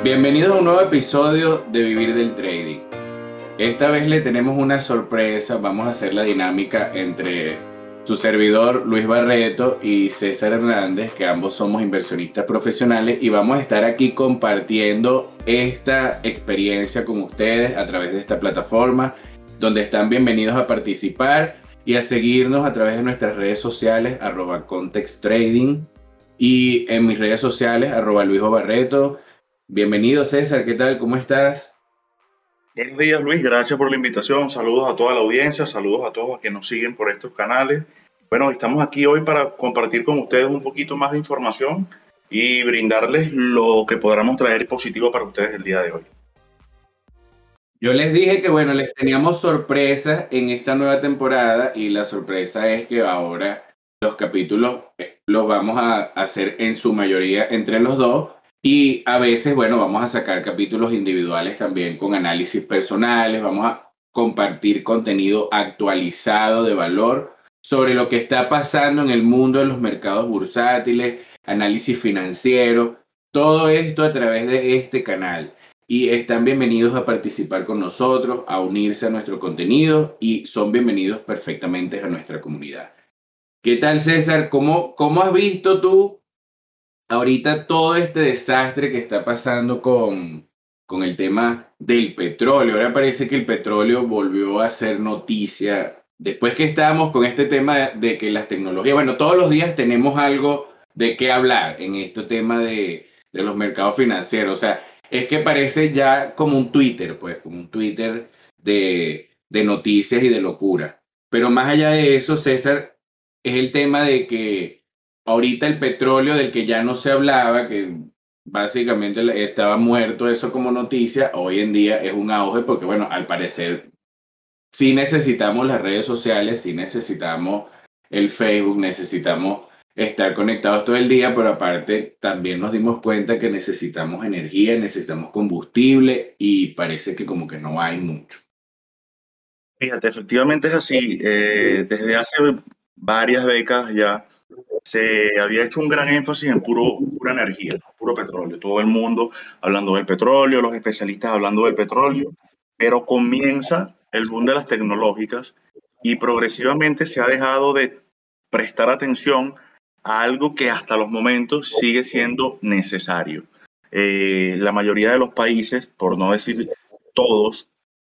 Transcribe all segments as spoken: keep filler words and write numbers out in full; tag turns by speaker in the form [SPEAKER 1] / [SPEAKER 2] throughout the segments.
[SPEAKER 1] Bienvenidos a un nuevo episodio de Vivir del Trading. Esta vez le tenemos una sorpresa. Vamos a hacer la dinámica entre su servidor Luis Barreto y César Hernández, que ambos somos inversionistas profesionales, y vamos a estar aquí compartiendo esta experiencia con ustedes a través de esta plataforma, donde están bienvenidos a participar y a seguirnos a través de nuestras redes sociales, arroba Context Trading, y en mis redes sociales, arroba Luis Barreto. Bienvenido, César, ¿qué tal? ¿Cómo estás?
[SPEAKER 2] Buenos días, Luis. Gracias por la invitación. Saludos a toda la audiencia, saludos a todos los que nos siguen por estos canales. Bueno, estamos aquí hoy para compartir con ustedes un poquito más de información y brindarles lo que podamos traer positivo para ustedes el día de hoy.
[SPEAKER 1] Yo les dije que, bueno, les teníamos sorpresas en esta nueva temporada, y la sorpresa es que ahora los capítulos eh, los vamos a hacer en su mayoría entre los dos, y a veces, bueno, vamos a sacar capítulos individuales también con análisis personales. Vamos a compartir contenido actualizado de valor sobre lo que está pasando en el mundo de los mercados bursátiles, análisis financiero, todo esto a través de este canal. Y están bienvenidos a participar con nosotros, a unirse a nuestro contenido, y son bienvenidos perfectamente a nuestra comunidad. ¿Qué tal, César? ¿Cómo, cómo has visto tú ahorita todo este desastre que está pasando con, con el tema del petróleo? Ahora parece que el petróleo volvió a ser noticia. Después que estábamos con este tema de, de que las tecnologías, bueno, todos los días tenemos algo de qué hablar en este tema de, de los mercados financieros. O sea, es que parece ya como un Twitter, pues, como un Twitter de, de noticias y de locura. Pero más allá de eso, César, es el tema de que ahorita el petróleo, del que ya no se hablaba, que básicamente estaba muerto eso como noticia, hoy en día es un auge porque, bueno, al parecer sí necesitamos las redes sociales, sí necesitamos el Facebook, necesitamos estar conectados todo el día, pero aparte también nos dimos cuenta que necesitamos energía, necesitamos combustible, y parece que como que no hay mucho.
[SPEAKER 2] Fíjate, efectivamente es así. Eh, desde hace varias décadas ya se había hecho un gran énfasis en puro, pura energía, puro petróleo. Todo el mundo hablando del petróleo, los especialistas hablando del petróleo, pero comienza el boom de las tecnológicas y progresivamente se ha dejado de prestar atención a algo que hasta los momentos sigue siendo necesario. Eh, la mayoría de los países, por no decir todos,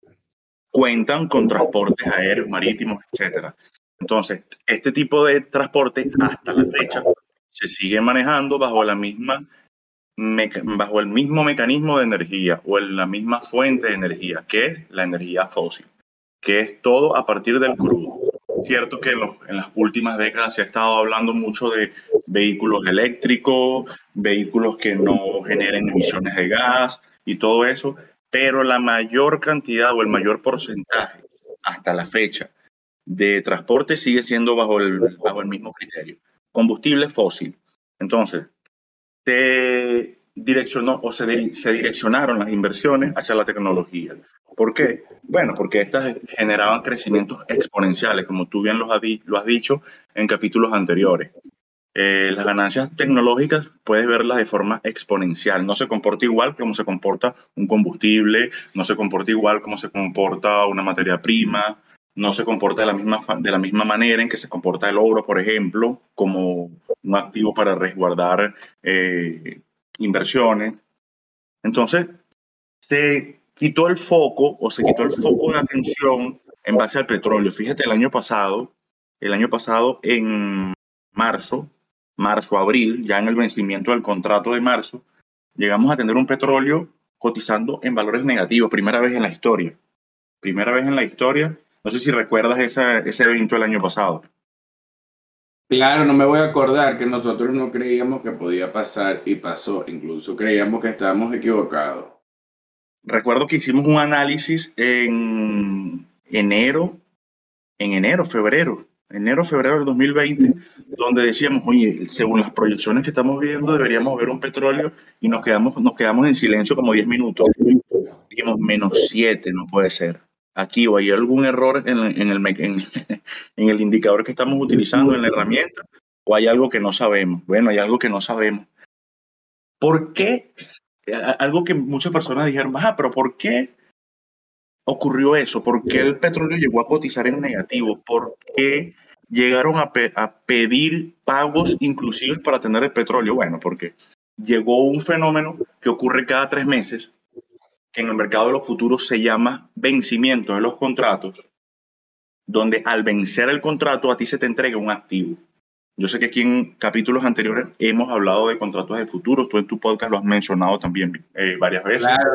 [SPEAKER 2] cuentan con transportes aéreos, marítimos, etcétera. Entonces, este tipo de transporte hasta la fecha se sigue manejando bajo la misma meca- bajo el mismo mecanismo de energía o en la misma fuente de energía, que es la energía fósil, que es todo a partir del crudo. Cierto que en, los- en las últimas décadas se ha estado hablando mucho de vehículos eléctricos, vehículos que no generen emisiones de gas y todo eso, pero la mayor cantidad o el mayor porcentaje hasta la fecha de transporte sigue siendo bajo el, bajo el mismo criterio, combustible fósil. Entonces, se direccionó o se, di- se direccionaron las inversiones hacia la tecnología. ¿Por qué? Bueno, porque estas generaban crecimientos exponenciales, como tú bien lo has, di- lo has dicho en capítulos anteriores. Eh, las ganancias tecnológicas puedes verlas de forma exponencial. No se comporta igual como se comporta un combustible, no se comporta igual como se comporta una materia prima, no se comporta de la misma, fa- de la misma manera en que se comporta el oro, por ejemplo, como un activo para resguardar eh, inversiones. Entonces, se quitó el foco o se quitó el foco de atención en base al petróleo. Fíjate, el año pasado, el año pasado en marzo, marzo, abril, ya en el vencimiento del contrato de marzo, llegamos a tener un petróleo cotizando en valores negativos, primera vez en la historia. Primera vez en la historia. No sé si recuerdas esa- ese evento el año pasado.
[SPEAKER 1] Claro, no me voy a acordar que nosotros no creíamos que podía pasar y pasó, incluso creíamos que estábamos equivocados.
[SPEAKER 2] Recuerdo que hicimos un análisis en enero en enero, febrero, enero, febrero del dos mil veinte, donde decíamos, oye, según las proyecciones que estamos viendo, deberíamos ver un petróleo y nos quedamos, nos quedamos en silencio como diez minutos. Dijimos, menos siete, no puede ser. Aquí o hay algún error en, en el, en, en el indicador que estamos utilizando, en la herramienta, o hay algo que no sabemos. Bueno, hay algo que no sabemos. ¿Por qué algo que muchas personas dijeron, ah, pero ¿por qué ocurrió eso? ¿Por qué el petróleo llegó a cotizar en negativo? ¿Por qué llegaron a, pe a pedir pagos inclusivos para tener el petróleo? Bueno, porque llegó un fenómeno que ocurre cada tres meses, que en el mercado de los futuros se llama vencimiento de los contratos, donde al vencer el contrato a ti se te entrega un activo. Yo sé que aquí en capítulos anteriores hemos hablado de contratos de futuros, tú en tu podcast lo has mencionado también eh, varias veces.
[SPEAKER 1] Claro,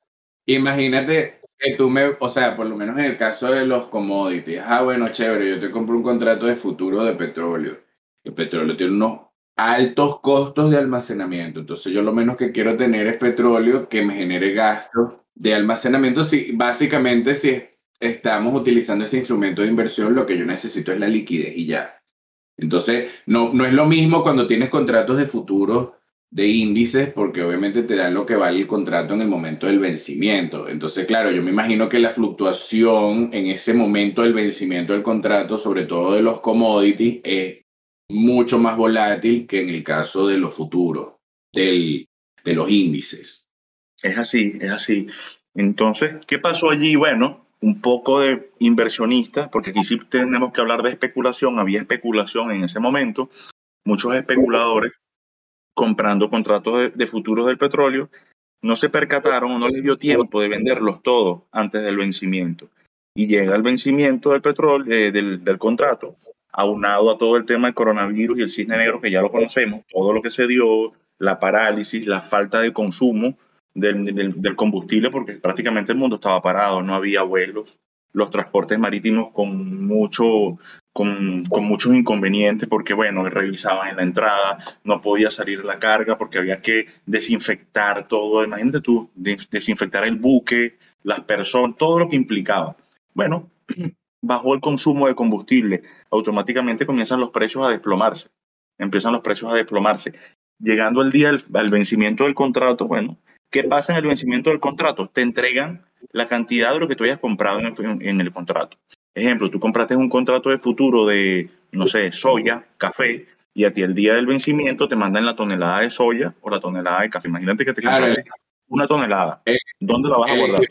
[SPEAKER 1] imagínate que tú me, o sea, por lo menos en el caso de los commodities, ah, bueno, chévere, yo te compro un contrato de futuro de petróleo. El petróleo tiene unos altos costos de almacenamiento, entonces yo lo menos que quiero tener es petróleo que me genere gastos de almacenamiento. Si, básicamente, si es- estamos utilizando ese instrumento de inversión, lo que yo necesito es la liquidez y ya. Entonces, no, no es lo mismo cuando tienes contratos de futuro de índices, porque obviamente te dan lo que vale el contrato en el momento del vencimiento. Entonces, claro, yo me imagino que la fluctuación en ese momento del vencimiento del contrato, sobre todo de los commodities, es mucho más volátil que en el caso de los futuros, del, de los índices.
[SPEAKER 2] Es así, es así. Entonces, ¿qué pasó allí? Bueno, un poco de inversionistas, porque aquí sí tenemos que hablar de especulación, había especulación en ese momento, muchos especuladores comprando contratos de, de futuros del petróleo, no se percataron o no les dio tiempo de venderlos todos antes del vencimiento. Y llega el vencimiento del petróleo, eh, del, del contrato, aunado a todo el tema del coronavirus y el cisne negro, que ya lo conocemos, todo lo que se dio, la parálisis, la falta de consumo del, del, del combustible, porque prácticamente el mundo estaba parado, no había vuelos, los transportes marítimos con mucho, con, con muchos inconvenientes, porque bueno, revisaban en la entrada, no podía salir la carga porque había que desinfectar todo. Imagínate tú, des desinfectar el buque, las personas, todo lo que implicaba. Bueno, bajó el consumo de combustible, automáticamente comienzan los precios a desplomarse, empiezan los precios a desplomarse. Llegando el día del al vencimiento del contrato, bueno, ¿qué pasa en el vencimiento del contrato? Te entregan la cantidad de lo que tú hayas comprado en el, en el contrato. Ejemplo, tú compraste un contrato de futuro de, no sé, soya, café, y a ti el día del vencimiento te mandan la tonelada de soya o la tonelada de café. Imagínate que te
[SPEAKER 1] Claro, el,
[SPEAKER 2] compraste una tonelada.
[SPEAKER 1] el-
[SPEAKER 2] ¿Dónde la vas a
[SPEAKER 1] el
[SPEAKER 2] guardar?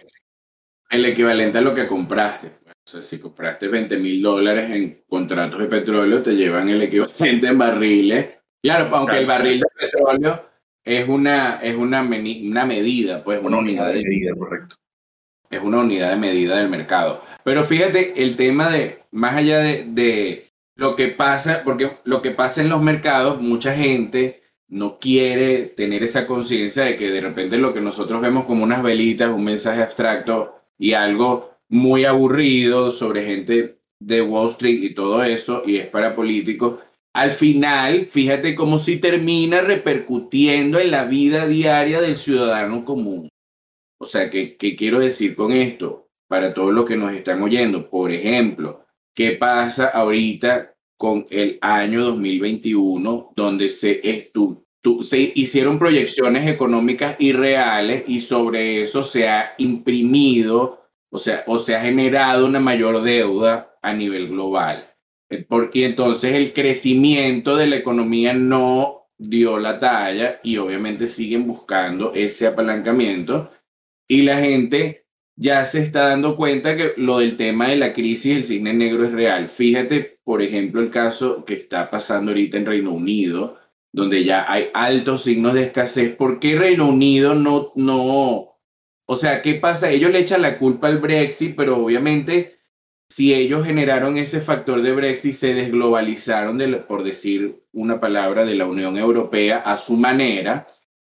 [SPEAKER 1] el equivalente a lo que compraste. O sea, si compraste veinte mil dólares en contratos de petróleo, te llevan el equivalente en barriles. Claro, aunque el
[SPEAKER 2] Tal cual.
[SPEAKER 1] barril de petróleo es una, es una, meni- una medida, pues
[SPEAKER 2] Una
[SPEAKER 1] una
[SPEAKER 2] unidad
[SPEAKER 1] unidad
[SPEAKER 2] de
[SPEAKER 1] de,
[SPEAKER 2] medida, correcto.
[SPEAKER 1] es una unidad de medida del mercado. Pero fíjate, el tema de, más allá de, de lo que pasa, porque lo que pasa en los mercados, mucha gente no quiere tener esa conciencia de que de repente lo que nosotros vemos como unas velitas, un mensaje abstracto y algo muy aburrido sobre gente de Wall Street y todo eso, y es para políticos, al final, fíjate cómo si termina repercutiendo en la vida diaria del ciudadano común. O sea, ¿qué, qué quiero decir con esto? Para todos los que nos están oyendo, por ejemplo, ¿qué pasa ahorita con el año dos mil veintiuno, donde se, estu- tu- se hicieron proyecciones económicas irreales y sobre eso se ha imprimido, o sea, o se ha generado una mayor deuda a nivel global? Eh, Porque entonces el crecimiento de la economía no dio la talla y obviamente siguen buscando ese apalancamiento y la gente ya se está dando cuenta que lo del tema de la crisis del cisne negro es real. Fíjate, por ejemplo, el caso que está pasando ahorita en Reino Unido, donde ya hay altos signos de escasez. ¿Por qué Reino Unido no, no? O sea, ¿qué pasa? Ellos le echan la culpa al Brexit, pero obviamente si ellos generaron ese factor de Brexit, se desglobalizaron, de, la- por decir una palabra, de la Unión Europea a su manera,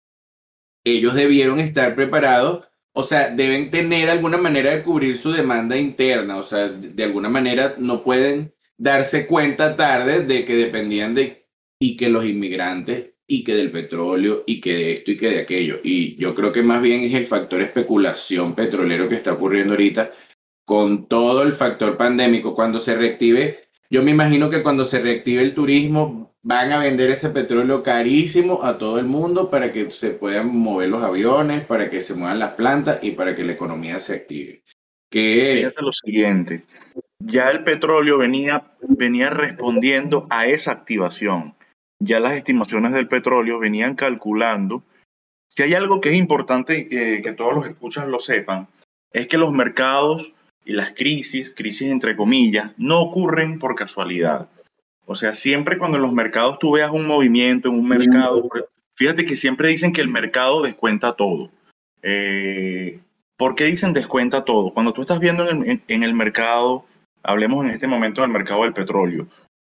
[SPEAKER 1] ellos debieron estar preparados, o sea, deben tener alguna manera de cubrir su demanda interna, o sea, de, de alguna manera no pueden darse cuenta tarde de que dependían de, y que los inmigrantes, y que del petróleo, y que de esto y que de aquello. Y yo creo que más bien es el factor especulación petrolero que está ocurriendo ahorita con todo el factor pandémico. Cuando se reactive, yo me imagino que cuando se reactive el turismo, van a vender ese petróleo carísimo a todo el mundo para que se puedan mover los aviones, para que se muevan las plantas y para que la economía se active. Que
[SPEAKER 2] Fíjate lo siguiente, ya el petróleo venía, venía respondiendo a esa activación. Ya las estimaciones del petróleo venían calculando Si hay algo que es importante que, que todos los escuchas lo sepan, es que los mercados y las crisis, crisis entre comillas, no ocurren por casualidad. O sea, siempre cuando en los mercados tú veas un movimiento en un mercado, fíjate que siempre dicen que el mercado descuenta todo. Eh, ¿Por qué dicen descuenta todo? Cuando tú estás viendo en el, en- en el mercado, hablemos en este momento del mercado del petróleo,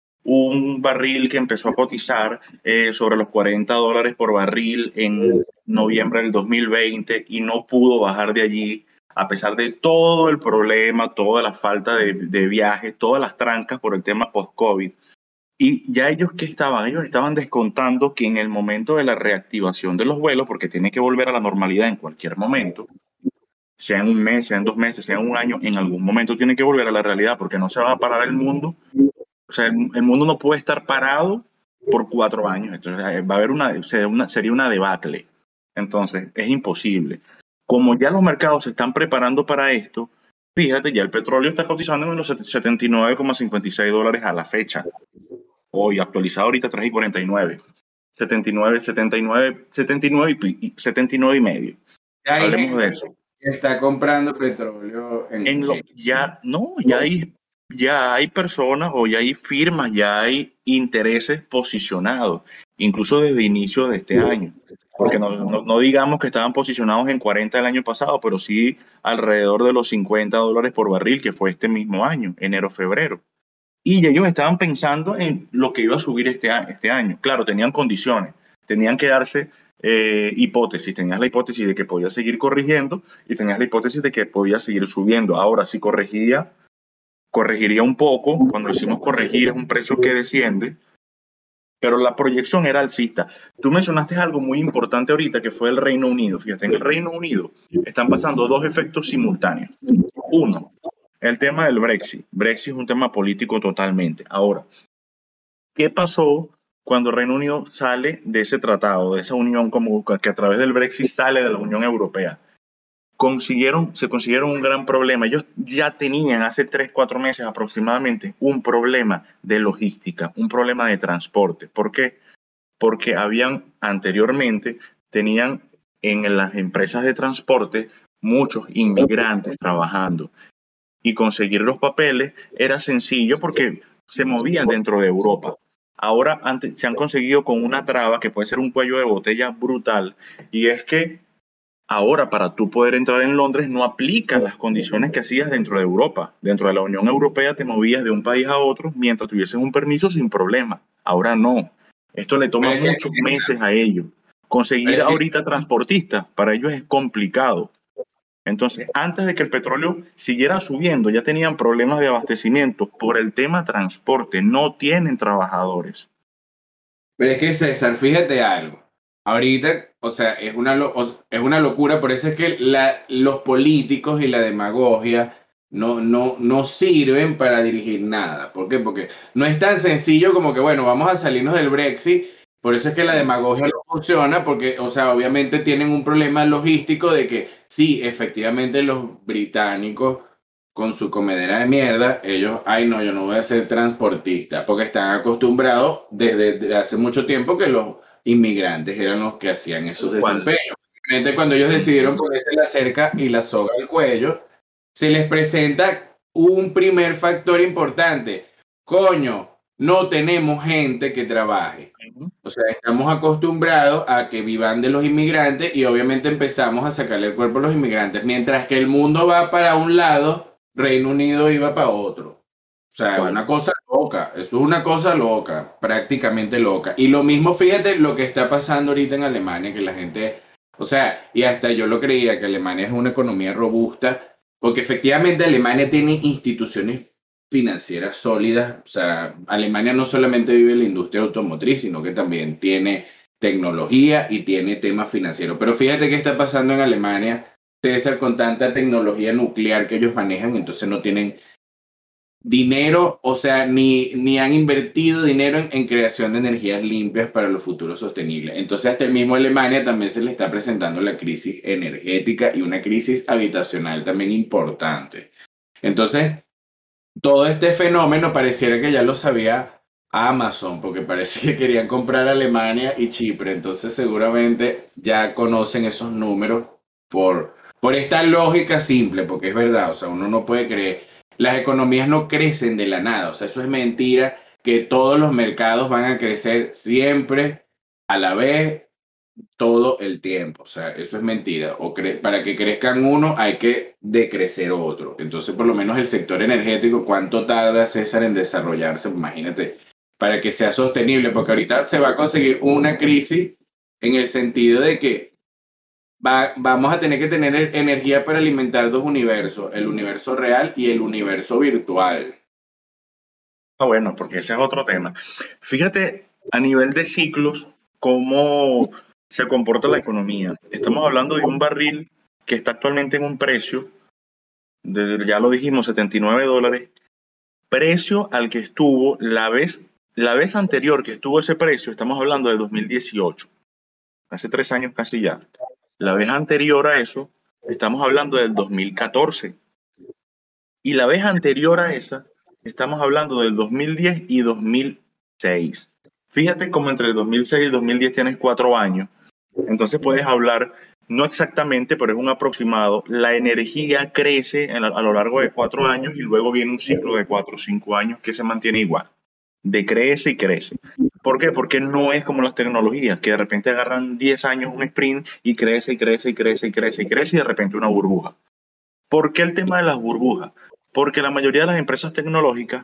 [SPEAKER 2] un barril que empezó a cotizar eh, sobre los cuarenta dólares por barril en noviembre del dos mil veinte y no pudo bajar de allí, a pesar de todo el problema, toda la falta de, de viajes, todas las trancas por el tema post-COVID. Y ya ellos que estaban, ellos estaban descontando que en el momento de la reactivación de los vuelos, porque tiene que volver a la normalidad en cualquier momento, sea en un mes, sea en dos meses, sea en un año, en algún momento tiene que volver a la realidad, porque no se va a parar el mundo. O sea, el, el mundo no puede estar parado por cuatro años. Entonces, va a haber una, sería una, sería una debacle. Entonces, es imposible. Como ya los mercados se están preparando para esto, fíjate, ya el petróleo está cotizando en los setenta y nueve coma cincuenta y seis dólares a la fecha. Hoy actualizado ahorita tres y cuarenta y nueve. setenta y nueve, setenta y nueve, setenta y nueve y, setenta y nueve y medio.
[SPEAKER 1] Ya hay
[SPEAKER 2] Hablemos de
[SPEAKER 1] gente
[SPEAKER 2] eso.
[SPEAKER 1] que está comprando petróleo en
[SPEAKER 2] En lo,
[SPEAKER 1] Chile.
[SPEAKER 2] ya, no, ya hay, ya hay personas o ya hay firmas, ya hay intereses posicionados, incluso desde inicio de este año. Porque no, no, no digamos que estaban posicionados en cuarenta el año pasado, pero sí alrededor de los cincuenta dólares por barril, que fue este mismo año, enero-febrero. Y ellos estaban pensando en lo que iba a subir este, a- este año. Claro, tenían condiciones, tenían que darse eh, hipótesis. Tenías la hipótesis de que podía seguir corrigiendo y tenías la hipótesis de que podía seguir subiendo. Ahora, si corregía, corregiría un poco. Cuando decimos corregir, es un precio que desciende, pero la proyección era alcista. Tú mencionaste algo muy importante ahorita, que fue el Reino Unido. Fíjate, en el Reino Unido están pasando dos efectos simultáneos. Uno, el tema del Brexit. Brexit es un tema político totalmente. Ahora, ¿qué pasó cuando el Reino Unido sale de ese tratado, de esa unión, como que a través del Brexit sale de la Unión Europea? Consiguieron, se consiguieron un gran problema. Ellos ya tenían hace tres, cuatro meses aproximadamente un problema de logística, un problema de transporte. ¿Por qué? Porque habían anteriormente, tenían en las empresas de transporte muchos inmigrantes trabajando y conseguir los papeles era sencillo porque se movían dentro de Europa. Ahora antes, se han conseguido con una traba que puede ser un cuello de botella brutal, y es que ahora para tú poder entrar en Londres no aplican las condiciones que hacías dentro de Europa. Dentro de la Unión Europea te movías de un país a otro mientras tuvieses un permiso sin problema. Ahora no. Esto le toma
[SPEAKER 1] Pero es que,
[SPEAKER 2] muchos meses a ellos.
[SPEAKER 1] pero
[SPEAKER 2] Conseguir
[SPEAKER 1] es que
[SPEAKER 2] ahorita transportistas para ellos es complicado. Entonces, antes de que el petróleo siguiera subiendo, ya tenían problemas de abastecimiento por el tema transporte. No tienen trabajadores.
[SPEAKER 1] Pero es que César, fíjate algo. Ahorita, o sea, es una, lo- o- es una locura, por eso es que la, los políticos y la demagogia no, no, no sirven para dirigir nada. ¿Por qué? Porque no es tan sencillo como que, bueno, vamos a salirnos del Brexit. Por eso es que la demagogia no funciona, porque, o sea, obviamente tienen un problema logístico de que sí, efectivamente los británicos con su comedera de mierda, ellos, ay no, yo no voy a ser transportista, porque están acostumbrados desde, desde hace mucho tiempo que los inmigrantes eran los que hacían esos
[SPEAKER 2] ¿Cuál?
[SPEAKER 1] desempeños. Obviamente, cuando ellos decidieron ponerse la cerca y la soga al cuello, se les presenta un primer factor importante. Coño, no tenemos gente que trabaje. O sea, estamos acostumbrados a que vivan de los inmigrantes y obviamente empezamos a sacarle el cuerpo a los inmigrantes. Mientras que el mundo va para un lado, Reino Unido iba para otro. O sea,
[SPEAKER 2] ¿Cuál?
[SPEAKER 1] una cosa loca. Eso es una cosa loca, prácticamente loca. Y lo mismo, fíjate lo que está pasando ahorita en Alemania, que la gente, o sea, y hasta yo lo creía, que Alemania es una economía robusta, porque efectivamente Alemania tiene instituciones financieras sólidas. O sea, Alemania no solamente vive la industria automotriz, sino que también tiene tecnología y tiene temas financieros. Pero fíjate qué está pasando en Alemania, César, con tanta tecnología nuclear que ellos manejan, entonces no tienen dinero, o sea, ni, ni han invertido dinero en, en creación de energías limpias para los futuros sostenibles. Entonces, hasta el mismo Alemania también se le está presentando la crisis energética y una crisis habitacional también importante. Entonces, todo este fenómeno pareciera que ya lo sabía Amazon, porque parece que querían comprar Alemania y Chipre, entonces seguramente ya conocen esos números por, por esta lógica simple, porque es verdad, o sea, uno no puede creer, las economías no crecen de la nada, o sea, eso es mentira, que todos los mercados van a crecer siempre a la vez todo el tiempo. O sea, eso es mentira. O cre- para que crezcan uno hay que decrecer otro. Entonces, por lo menos el sector energético, ¿cuánto tarda César en desarrollarse? Imagínate, para que sea sostenible, porque ahorita se va a conseguir una crisis en el sentido de que va- vamos a tener que tener e- energía para alimentar dos universos, el universo real y el universo virtual.
[SPEAKER 2] Ah, bueno, porque ese es otro tema. Fíjate a nivel de ciclos cómo se comporta la economía. Estamos hablando de un barril que está actualmente en un precio, de, ya lo dijimos, setenta y nueve dólares, precio al que estuvo la vez, la vez anterior que estuvo ese precio, estamos hablando de dos mil dieciocho, hace tres años casi ya. La vez anterior a eso, estamos hablando del dos mil catorce. Y la vez anterior a esa, estamos hablando del dos mil diez y dos mil seis. Fíjate cómo entre el dos mil seis y dos mil diez tienes cuatro años. Entonces puedes hablar, no exactamente, pero es un aproximado. La energía crece a, a lo largo de cuatro años y luego viene un ciclo de cuatro o cinco años que se mantiene igual. Decrece y crece. ¿Por qué? Porque no es como las tecnologías, que de repente agarran diez años un sprint y crece y crece y crece y crece y crece y de repente una burbuja. ¿Por qué el tema de las burbujas? Porque la mayoría de las empresas tecnológicas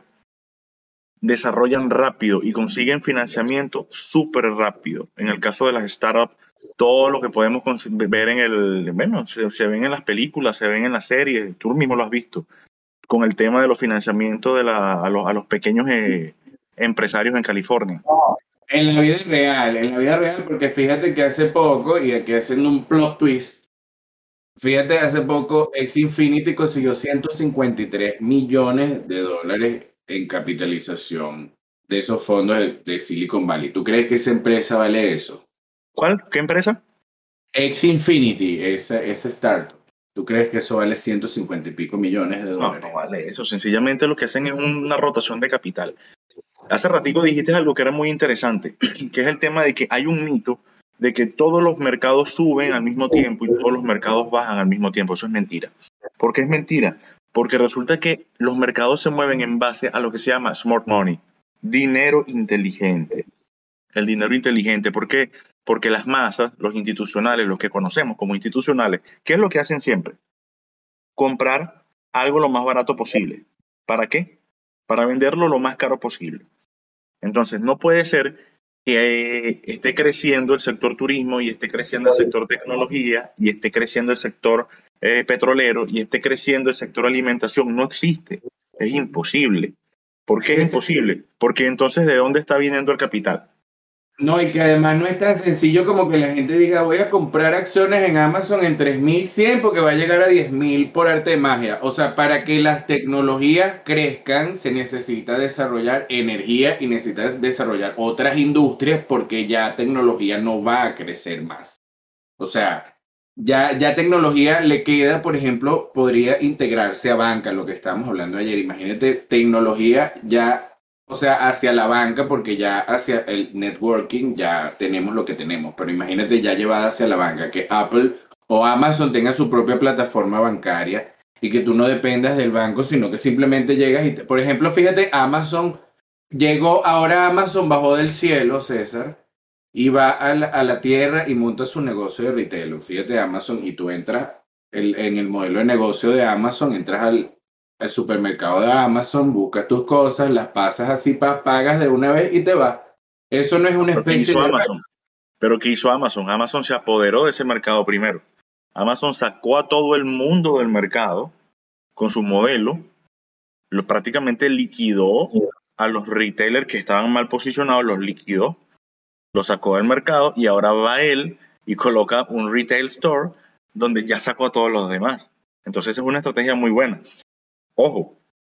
[SPEAKER 2] desarrollan rápido y consiguen financiamiento súper rápido. En el caso de las startups, todo lo que podemos ver en el, bueno, se, se ven en las películas, se ven en las series, tú mismo lo has visto, con el tema de los financiamientos de la, a, los, a los pequeños eh, empresarios en California.
[SPEAKER 1] En la vida real, en la vida real, porque fíjate que hace poco, y aquí haciendo un plot twist, fíjate, hace poco Ex Infinity consiguió ciento cincuenta y tres millones de dólares en capitalización de esos fondos de, de Silicon Valley. ¿Tú crees que esa empresa vale eso?
[SPEAKER 2] ¿Cuál? ¿Qué empresa?
[SPEAKER 1] Ex Infinity, esa, esa startup. ¿Tú crees que eso vale ciento cincuenta y pico millones de
[SPEAKER 2] No, no
[SPEAKER 1] dólares?
[SPEAKER 2] vale eso. Sencillamente lo que hacen es una rotación de capital. Hace ratico dijiste algo que era muy interesante, que es el tema de que hay un mito de que todos los mercados suben al mismo tiempo y todos los mercados bajan al mismo tiempo. Eso es mentira. ¿Por qué es mentira? Porque resulta que los mercados se mueven en base a lo que se llama smart money, dinero inteligente. El dinero inteligente, ¿por qué? Porque las masas, los institucionales, los que conocemos como institucionales, ¿qué es lo que hacen siempre? Comprar algo lo más barato posible. ¿Para qué? Para venderlo lo más caro posible. Entonces, no puede ser que eh, esté creciendo el sector turismo y esté creciendo el sector tecnología y esté creciendo el sector eh, petrolero y esté creciendo el sector alimentación. No existe. Es imposible. ¿Por
[SPEAKER 1] Es
[SPEAKER 2] qué es
[SPEAKER 1] que se-
[SPEAKER 2] imposible? Porque entonces, ¿de dónde está viniendo el capital?
[SPEAKER 1] No, y que además no es tan sencillo como que la gente diga, voy a comprar acciones en Amazon en tres mil cien porque va a llegar a diez mil por arte de magia. O sea, para que las tecnologías crezcan se necesita desarrollar energía y necesita desarrollar otras industrias porque ya tecnología no va a crecer más. O sea, ya, ya tecnología le queda, por ejemplo, podría integrarse a banca, lo que estábamos hablando ayer. Imagínate, tecnología ya, o sea, hacia la banca, porque ya hacia el networking ya tenemos lo que tenemos, pero imagínate ya llevada hacia la banca, que Apple o Amazon tenga su propia plataforma bancaria y que tú no dependas del banco, sino que simplemente llegas y, te- por ejemplo, fíjate, Amazon llegó, ahora Amazon bajó del cielo, César y va a la, a la tierra y monta su negocio de retail. Fíjate, Amazon, y tú entras el- en el modelo de negocio de Amazon, entras al, al supermercado de Amazon, buscas tus cosas, las pasas así, pa- pagas de una vez y te vas. Eso no es una
[SPEAKER 2] Pero ¿qué
[SPEAKER 1] especie
[SPEAKER 2] hizo
[SPEAKER 1] de...
[SPEAKER 2] Amazon? Pero ¿qué hizo Amazon? Amazon se apoderó de ese mercado primero. Amazon sacó a todo el mundo del mercado con su modelo, lo prácticamente liquidó a los retailers que estaban mal posicionados, los liquidó, los sacó del mercado y ahora va él y coloca un retail store donde ya sacó a todos los demás. Entonces es una estrategia muy buena. Ojo,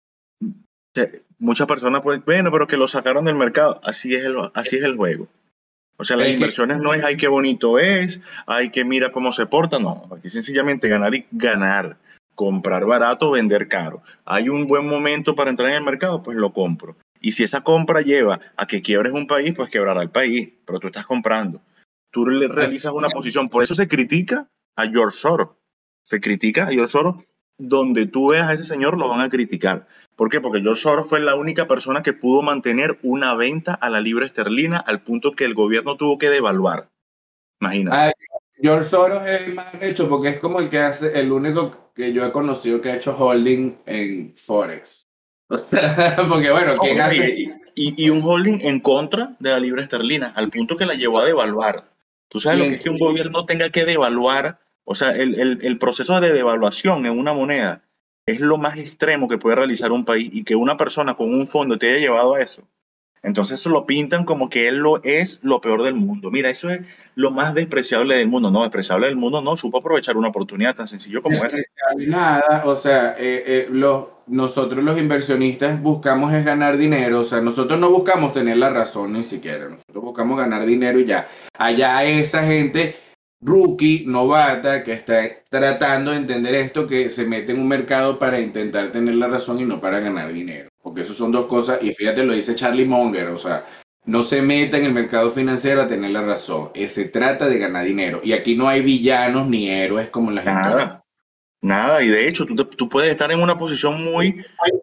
[SPEAKER 2] que muchas personas pueden, bueno, pero que lo sacaron del mercado. Así es el, así es el juego. O sea, las
[SPEAKER 1] Pero es que
[SPEAKER 2] inversiones no es, ay, qué bonito es, ay, que mira cómo se porta, no. Aquí sencillamente ganar y ganar. Comprar barato, vender caro. Hay un buen momento para entrar en el mercado, pues lo compro. Y si esa compra lleva a que quiebres un país, pues quebrará el país, pero tú estás comprando. Tú le realizas una posición. Por eso se critica a George Soros. Se critica a George Soros. Donde tú veas a ese señor, lo van a criticar. ¿Por qué? Porque George Soros fue la única persona que pudo mantener una venta a la libra esterlina al punto que el gobierno tuvo que devaluar. Imagínate.
[SPEAKER 1] Ah, George Soros es el más hecho porque es como el que hace, el único que yo he conocido que ha hecho holding en Forex. O sea, porque bueno, ¿quién
[SPEAKER 2] No,
[SPEAKER 1] hace?
[SPEAKER 2] y, y, y un holding en contra de la libra esterlina, al punto que la llevó a devaluar. ¿Tú sabes lo que es que un gobierno tenga que devaluar? O sea, el, el, el proceso de devaluación en una moneda es lo más extremo que puede realizar un país, y que una persona con un fondo te haya llevado a eso. Entonces eso lo pintan como que él lo es lo peor del mundo. Mira, eso es lo más despreciable del mundo. No, despreciable del mundo no, supo aprovechar una oportunidad tan sencillo como esa.
[SPEAKER 1] Nada, o sea, eh, eh, los, nosotros los inversionistas buscamos es ganar dinero, o sea, nosotros no buscamos tener la razón ni siquiera, nosotros buscamos ganar dinero y ya. Allá esa gente rookie, novata, que está tratando de entender esto, que se mete en un mercado para intentar tener la razón y no para ganar dinero, porque eso son dos cosas, y fíjate, lo dice Charlie Munger, o sea, no se meta en el mercado financiero a tener la razón, eh, se trata de ganar dinero, y aquí no hay villanos ni héroes como en las historias.
[SPEAKER 2] Nada, nada. Y de hecho, tú, te- tú puedes estar en una posición muy,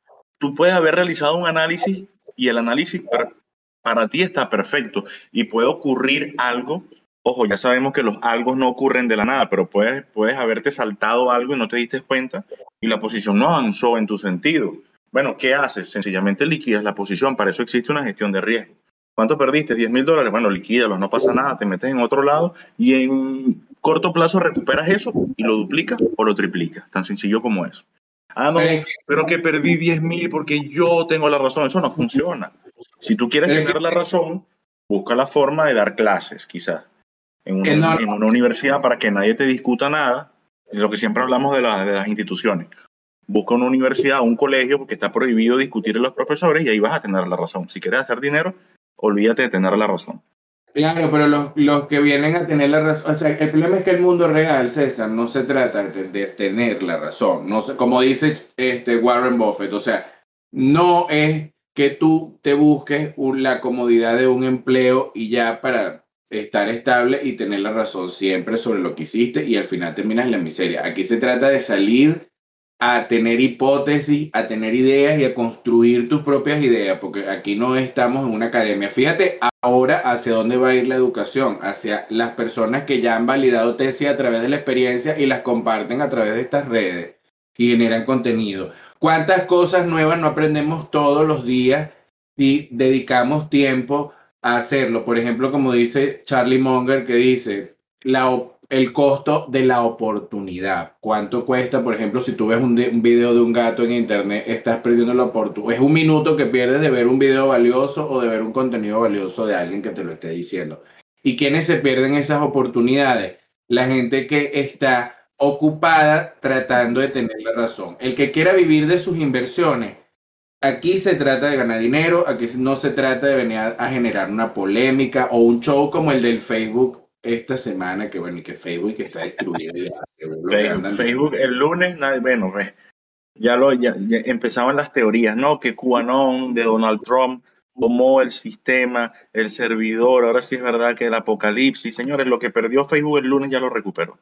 [SPEAKER 2] tú puedes haber realizado un análisis, y el análisis per- para ti está perfecto, y puede ocurrir algo. Ojo, ya sabemos que los algo no ocurren de la nada, pero puedes, puedes haberte saltado algo y no te diste cuenta, y la posición no avanzó en tu sentido. Bueno, ¿qué haces? Sencillamente liquidas la posición. Para eso existe una gestión de riesgo. ¿Cuánto perdiste? Diez mil dólares. Bueno, liquídalos, no pasa nada, te metes en otro lado y en corto plazo recuperas eso y lo duplicas o lo triplicas. Tan sencillo como eso. Ah,
[SPEAKER 1] Pero
[SPEAKER 2] no,
[SPEAKER 1] es que,
[SPEAKER 2] pero que perdí diez mil porque yo tengo la razón. Eso no funciona. Si tú quieres
[SPEAKER 1] pero es
[SPEAKER 2] tener la razón, busca la forma de dar clases, quizás, en,
[SPEAKER 1] que no,
[SPEAKER 2] un, en una universidad, para que nadie te discuta nada. Es lo que siempre hablamos de, la, de las instituciones. Busca una universidad, un colegio, porque está prohibido discutir a los profesores, y ahí vas a tener la razón. Si quieres hacer dinero, olvídate de tener la razón.
[SPEAKER 1] claro, pero los, los que vienen a tener la razón, o sea, el problema es que el mundo real, César, no se trata de, de tener la razón, no sé, como dice este Warren Buffett, o sea, no es que tú te busques un- la comodidad de un empleo y ya para estar estable y tener la razón siempre sobre lo que hiciste y al final terminas en la miseria. Aquí se trata de salir a tener hipótesis, a tener ideas y a construir tus propias ideas, porque aquí no estamos en una academia. Fíjate ahora hacia dónde va a ir la educación, hacia las personas que ya han validado tesis a través de la experiencia y las comparten a través de estas redes y generan contenido. ¿Cuántas cosas nuevas no aprendemos todos los días si dedicamos tiempo a hacerlo? Por ejemplo, como dice Charlie Munger, que dice, la, op- el costo de la oportunidad. ¿Cuánto cuesta? Por ejemplo, si tú ves un, de- un video de un gato en internet, estás perdiendo la oportunidad. Es un minuto que pierdes de ver un video valioso o de ver un contenido valioso de alguien que te lo esté diciendo. ¿Y quiénes se pierden esas oportunidades? La gente que está ocupada tratando de tener la razón. El que quiera vivir de sus inversiones. Aquí se trata de ganar dinero, aquí no se trata de venir a, a generar una polémica o un show como el del Facebook esta semana, que bueno, y que Facebook que está destruido ya, según lo que
[SPEAKER 2] Facebook,
[SPEAKER 1] andan diciendo.
[SPEAKER 2] Facebook el lunes, nadie- bueno, ve, ya, lo, ya, ya empezaban las teorías, ¿no? Que QAnon de Donald Trump tomó el sistema, el servidor. Ahora sí es verdad que el apocalipsis. Señores, lo que perdió Facebook el lunes ya lo recuperó.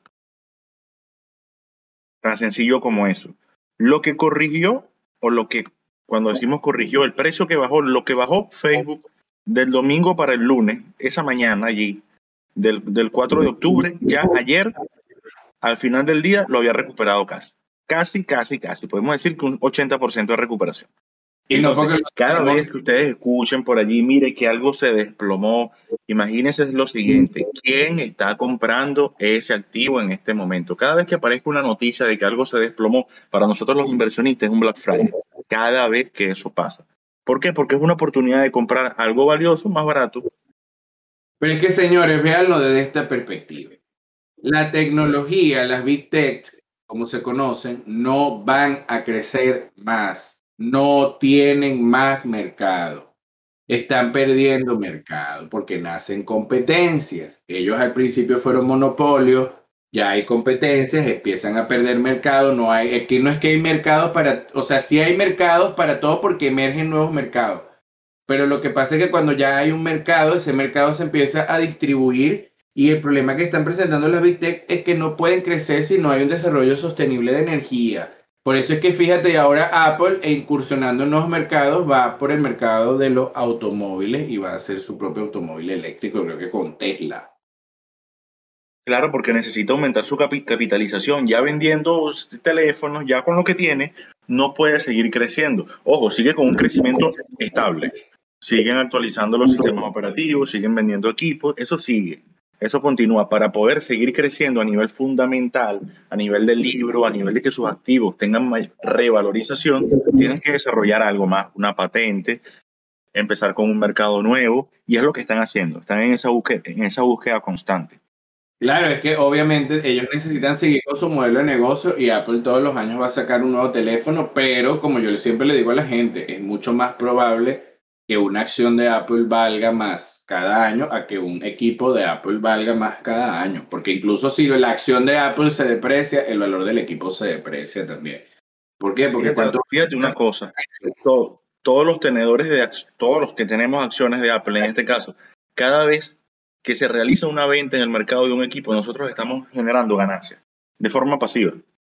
[SPEAKER 2] Tan sencillo como eso. Lo que corrigió, o lo que, cuando decimos corrigió, el precio que bajó, lo que bajó Facebook del domingo para el lunes, esa mañana allí, del, del cuatro de octubre, ya ayer, al final del día, lo había recuperado casi. Casi, casi, casi. Podemos decir que un ochenta por ciento de recuperación.
[SPEAKER 1] Y no
[SPEAKER 2] Entonces,
[SPEAKER 1] porque lo
[SPEAKER 2] cada
[SPEAKER 1] tenemos,
[SPEAKER 2] vez que ustedes escuchen por allí, mire que algo se desplomó, imagínense lo siguiente: ¿quién está comprando ese activo en este momento? Cada vez que aparezca una noticia de que algo se desplomó, para nosotros los inversionistas es un Black Friday. Cada vez que eso pasa. ¿Por qué? Porque es una oportunidad de comprar algo valioso más barato.
[SPEAKER 1] pero es que señores, véanlo desde esta perspectiva. La tecnología, las Big Tech, como se conocen, no van a crecer más, no tienen más mercado. Están perdiendo mercado porque nacen competencias. Ellos al principio fueron monopolios, ya hay competencias, empiezan a perder mercado. No hay, aquí no es que hay mercados para, o sea, sí hay mercados para todo porque emergen nuevos mercados, Pero lo que pasa es que cuando ya hay un mercado, ese mercado se empieza a distribuir y el problema que están presentando las Big Tech es que no pueden crecer si no hay un desarrollo sostenible de energía. Por eso es que fíjate, ahora Apple, e incursionando en nuevos mercados, va por el mercado de los automóviles y va a hacer su propio automóvil eléctrico, creo que con Tesla.
[SPEAKER 2] Claro, porque necesita aumentar su capi- capitalización. Ya vendiendo s- teléfonos, ya con lo que tiene, no puede seguir creciendo. Ojo, sigue con un crecimiento estable. Siguen actualizando los sistemas operativos, siguen vendiendo equipos, eso sigue. Eso continúa para poder seguir creciendo a nivel fundamental, a nivel del libro, a nivel de que sus activos tengan may- revalorización. Tienen que desarrollar algo más, una patente, empezar con un mercado nuevo, y es lo que están haciendo. Están en esa búsqueda, en esa búsqueda constante.
[SPEAKER 1] Claro, es que obviamente ellos necesitan seguir con su modelo de negocio y Apple todos los años va a sacar un nuevo teléfono, pero como yo siempre le digo a la gente, es mucho más probable que una acción de Apple valga más cada año a que un equipo de Apple valga más cada año, porque incluso si la acción de Apple se deprecia, el valor del equipo se deprecia también. ¿Por qué? Porque
[SPEAKER 2] Fíjate,
[SPEAKER 1] cuánto...
[SPEAKER 2] fíjate una cosa, to- todos los tenedores de ac- todos los que tenemos acciones de Apple en este caso, cada vez que se realiza una venta en el mercado de un equipo, nosotros estamos generando ganancias de forma pasiva.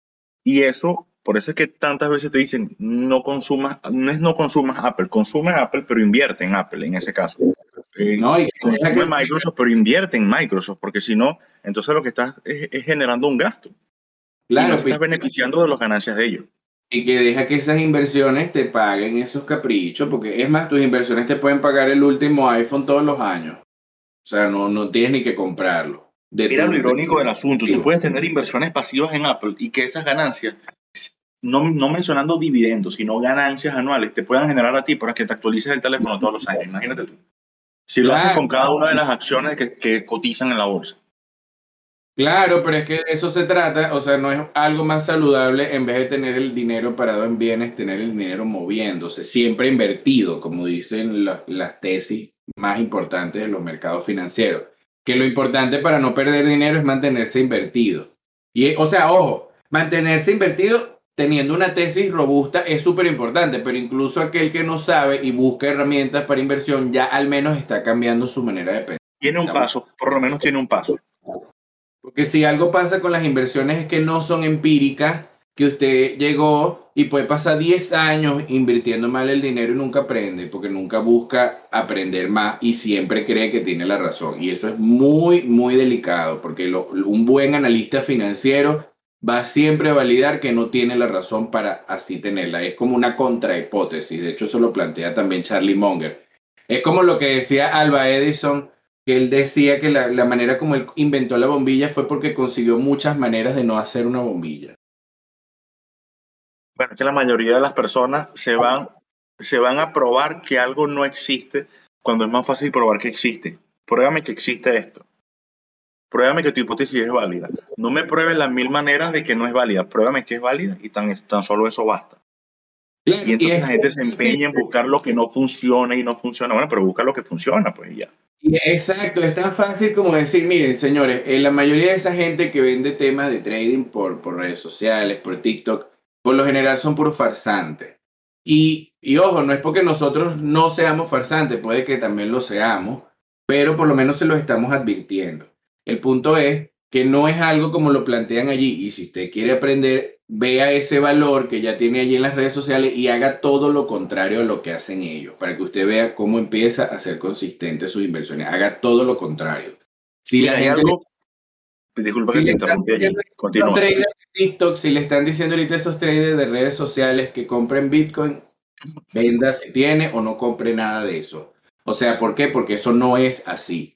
[SPEAKER 2] Y eso, por eso es que tantas veces te dicen, no consumas, no es no consumas Apple, consume Apple, pero invierte en Apple en ese caso. Eh,
[SPEAKER 1] No, y que deja
[SPEAKER 2] consume
[SPEAKER 1] que,
[SPEAKER 2] Microsoft, pero invierte en Microsoft, porque si no, entonces lo que estás es, es generando un gasto y no
[SPEAKER 1] claro,
[SPEAKER 2] te estás beneficiando de las ganancias de ellos.
[SPEAKER 1] y que deja que esas inversiones te paguen esos caprichos, porque es más, tus inversiones te pueden pagar el último iPhone todos los años. O sea, no, no tienes ni que comprarlo. De
[SPEAKER 2] Mira lo
[SPEAKER 1] tu, de
[SPEAKER 2] irónico del asunto, tú
[SPEAKER 1] tu-
[SPEAKER 2] puedes tener inversiones pasivas en Apple y que esas ganancias, no, no mencionando dividendos, sino ganancias anuales, te puedan generar a ti para que te actualices el teléfono todos los años. Imagínate tú. Si lo haces
[SPEAKER 1] Claro,
[SPEAKER 2] con cada una de las acciones que, que cotizan en la bolsa.
[SPEAKER 1] claro, pero es que de eso se trata. O sea, no es algo más saludable en vez de tener el dinero parado en bienes, tener el dinero moviéndose, siempre invertido, como dicen la- las tesis más importantes de los mercados financieros. Que lo importante para no perder dinero es mantenerse invertido. Y, o sea, ojo, mantenerse invertido teniendo una tesis robusta es súper importante, pero incluso aquel que no sabe y busca herramientas para inversión ya al menos está cambiando su manera de pensar.
[SPEAKER 2] Tiene un paso, por lo menos tiene un paso.
[SPEAKER 1] Porque si algo pasa con las inversiones es que no son empíricas, que usted llegó y puede pasar diez años invirtiendo mal el dinero y nunca aprende, porque nunca busca aprender más y siempre cree que tiene la razón. Y eso es muy, muy delicado, porque lo- un buen analista financiero va siempre a validar que no tiene la razón para así tenerla. Es como una contrahipótesis. De hecho, eso lo plantea también Charlie Munger. Es como lo que decía Alba Edison, que él decía que la, la manera como él inventó la bombilla fue porque consiguió muchas maneras de no hacer una bombilla.
[SPEAKER 2] Bueno, es que la mayoría de las personas se van, se van a probar que algo no existe cuando es más fácil probar que existe. Pruébame que existe esto. Pruébame que tu hipótesis es válida. No me pruebes las mil maneras de que no es válida. Pruébame que es válida y tan, tan solo eso basta. Y
[SPEAKER 1] Claro, y
[SPEAKER 2] entonces
[SPEAKER 1] es
[SPEAKER 2] la gente se
[SPEAKER 1] sí,
[SPEAKER 2] empeña en buscar lo que no funciona y no funciona. Bueno, pero busca lo que funciona, pues y ya.
[SPEAKER 1] y exacto, es tan fácil como decir, miren, señores, eh, la mayoría de esa gente que vende temas de trading por, por redes sociales, por TikTok, por lo general son puros farsantes. Y, y ojo, no es porque nosotros no seamos farsantes, puede que también lo seamos, pero por lo menos se los estamos advirtiendo. El punto es que no es algo como lo plantean allí, y si usted quiere aprender, vea ese valor que ya tiene allí en las redes sociales y haga todo lo contrario a lo que hacen ellos, para que usted vea cómo empieza a ser consistente sus inversiones. Haga todo lo contrario. Si la
[SPEAKER 2] Mira, hay
[SPEAKER 1] gente,
[SPEAKER 2] algo, disculpa
[SPEAKER 1] si
[SPEAKER 2] que
[SPEAKER 1] le
[SPEAKER 2] te
[SPEAKER 1] están
[SPEAKER 2] interrumpí allí.
[SPEAKER 1] diciendo a esos
[SPEAKER 2] Continúa.
[SPEAKER 1] traders de TikTok, si le están diciendo ahorita a esos traders de redes sociales que compren Bitcoin, venda si tiene o no compre nada de eso. O sea, ¿por qué? Porque eso no es así.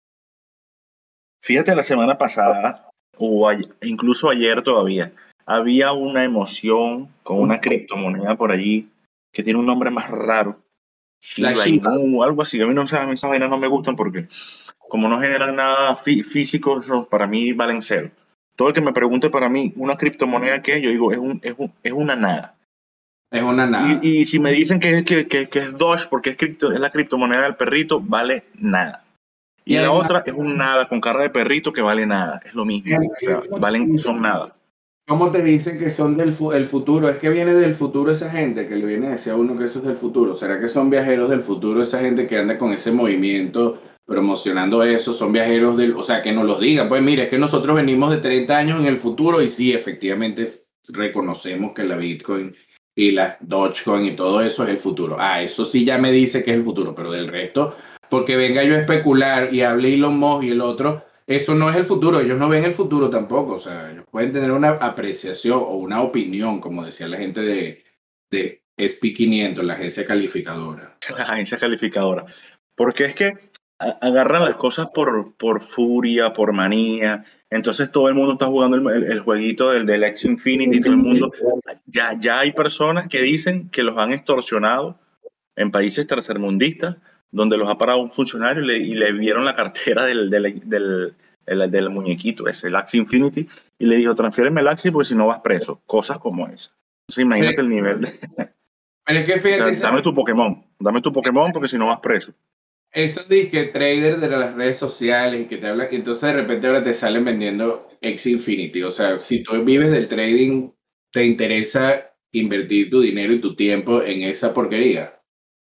[SPEAKER 2] Fíjate, la semana pasada, o a- incluso ayer todavía, había una emoción con una criptomoneda por allí que tiene un nombre más raro,
[SPEAKER 1] La
[SPEAKER 2] Shiba
[SPEAKER 1] Shiba.
[SPEAKER 2] Inu, algo así. A mí no, o sea, a mí esas vainas no me gustan porque como no generan nada fí- físico, eso para mí valen cero. Todo el que me pregunte para mí una criptomoneda que yo digo es, un, es, un- es una nada.
[SPEAKER 1] Es una nada.
[SPEAKER 2] Y, y si me dicen que, que, que, que es Doge porque es, cripto, es la criptomoneda del perrito, vale nada.
[SPEAKER 1] Y
[SPEAKER 2] Y la
[SPEAKER 1] además,
[SPEAKER 2] otra es un nada con cara de perrito que vale nada. Es lo mismo. O sea, valen, son nada.
[SPEAKER 1] ¿Cómo te dicen que son del fu- el futuro? Es que viene del futuro esa gente que le viene a decir a uno que eso es del futuro. ¿Será que son viajeros del futuro esa gente que anda con ese movimiento promocionando eso? Son viajeros del, o sea, que nos lo digan. Pues mire, es que nosotros venimos de treinta años en el futuro y sí, efectivamente s- reconocemos que la Bitcoin y la Dogecoin y todo eso es el futuro. Ah, eso sí ya me dice que es el futuro, pero del resto, porque venga yo a especular y hable Elon Musk y el otro. Eso no es el futuro, ellos no ven el futuro tampoco, o sea, ellos pueden tener una apreciación o una opinión, como decía la gente de, de S and P quinientos, la agencia calificadora.
[SPEAKER 2] La agencia calificadora. Porque es que a- agarran las cosas por, por furia, por manía. Entonces todo el mundo está jugando el, el- el jueguito del, del X Infinity, todo el mundo. Ya, ya hay personas que dicen que los han extorsionado en países tercermundistas, donde los ha parado un funcionario y le, y le vieron la cartera del, del, del, del- del muñequito, ese, el Axie Infinity, y le dijo, transfiéreme el Axie porque si no vas preso. Cosas como esa. Entonces
[SPEAKER 1] Pero,
[SPEAKER 2] imagínate el nivel de...
[SPEAKER 1] pero es que
[SPEAKER 2] O sea,
[SPEAKER 1] fíjate, esa-
[SPEAKER 2] dame tu Pokémon, dame tu Pokémon porque si no vas preso.
[SPEAKER 1] esos disque traders de las redes sociales que te hablan, y entonces de repente ahora te salen vendiendo X Infinity, o sea, si tú vives del trading, te interesa invertir tu dinero y tu tiempo en esa porquería.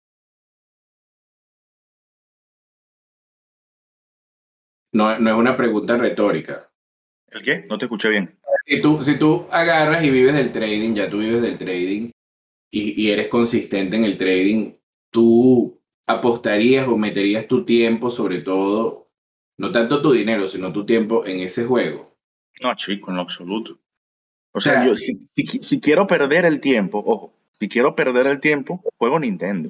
[SPEAKER 1] No, no es una pregunta retórica.
[SPEAKER 2] ¿El qué? No te escuché bien.
[SPEAKER 1] Si tú, si tú agarras y vives del trading, ya tú vives del trading y, y eres consistente en el trading, tú apostarías o meterías tu tiempo, sobre todo, no tanto tu dinero, sino tu tiempo en ese juego.
[SPEAKER 2] No, chico, en lo absoluto. O
[SPEAKER 1] O
[SPEAKER 2] sea, yo
[SPEAKER 1] sea,
[SPEAKER 2] si, si, si quiero perder el tiempo, ojo, si quiero perder el tiempo, juego Nintendo.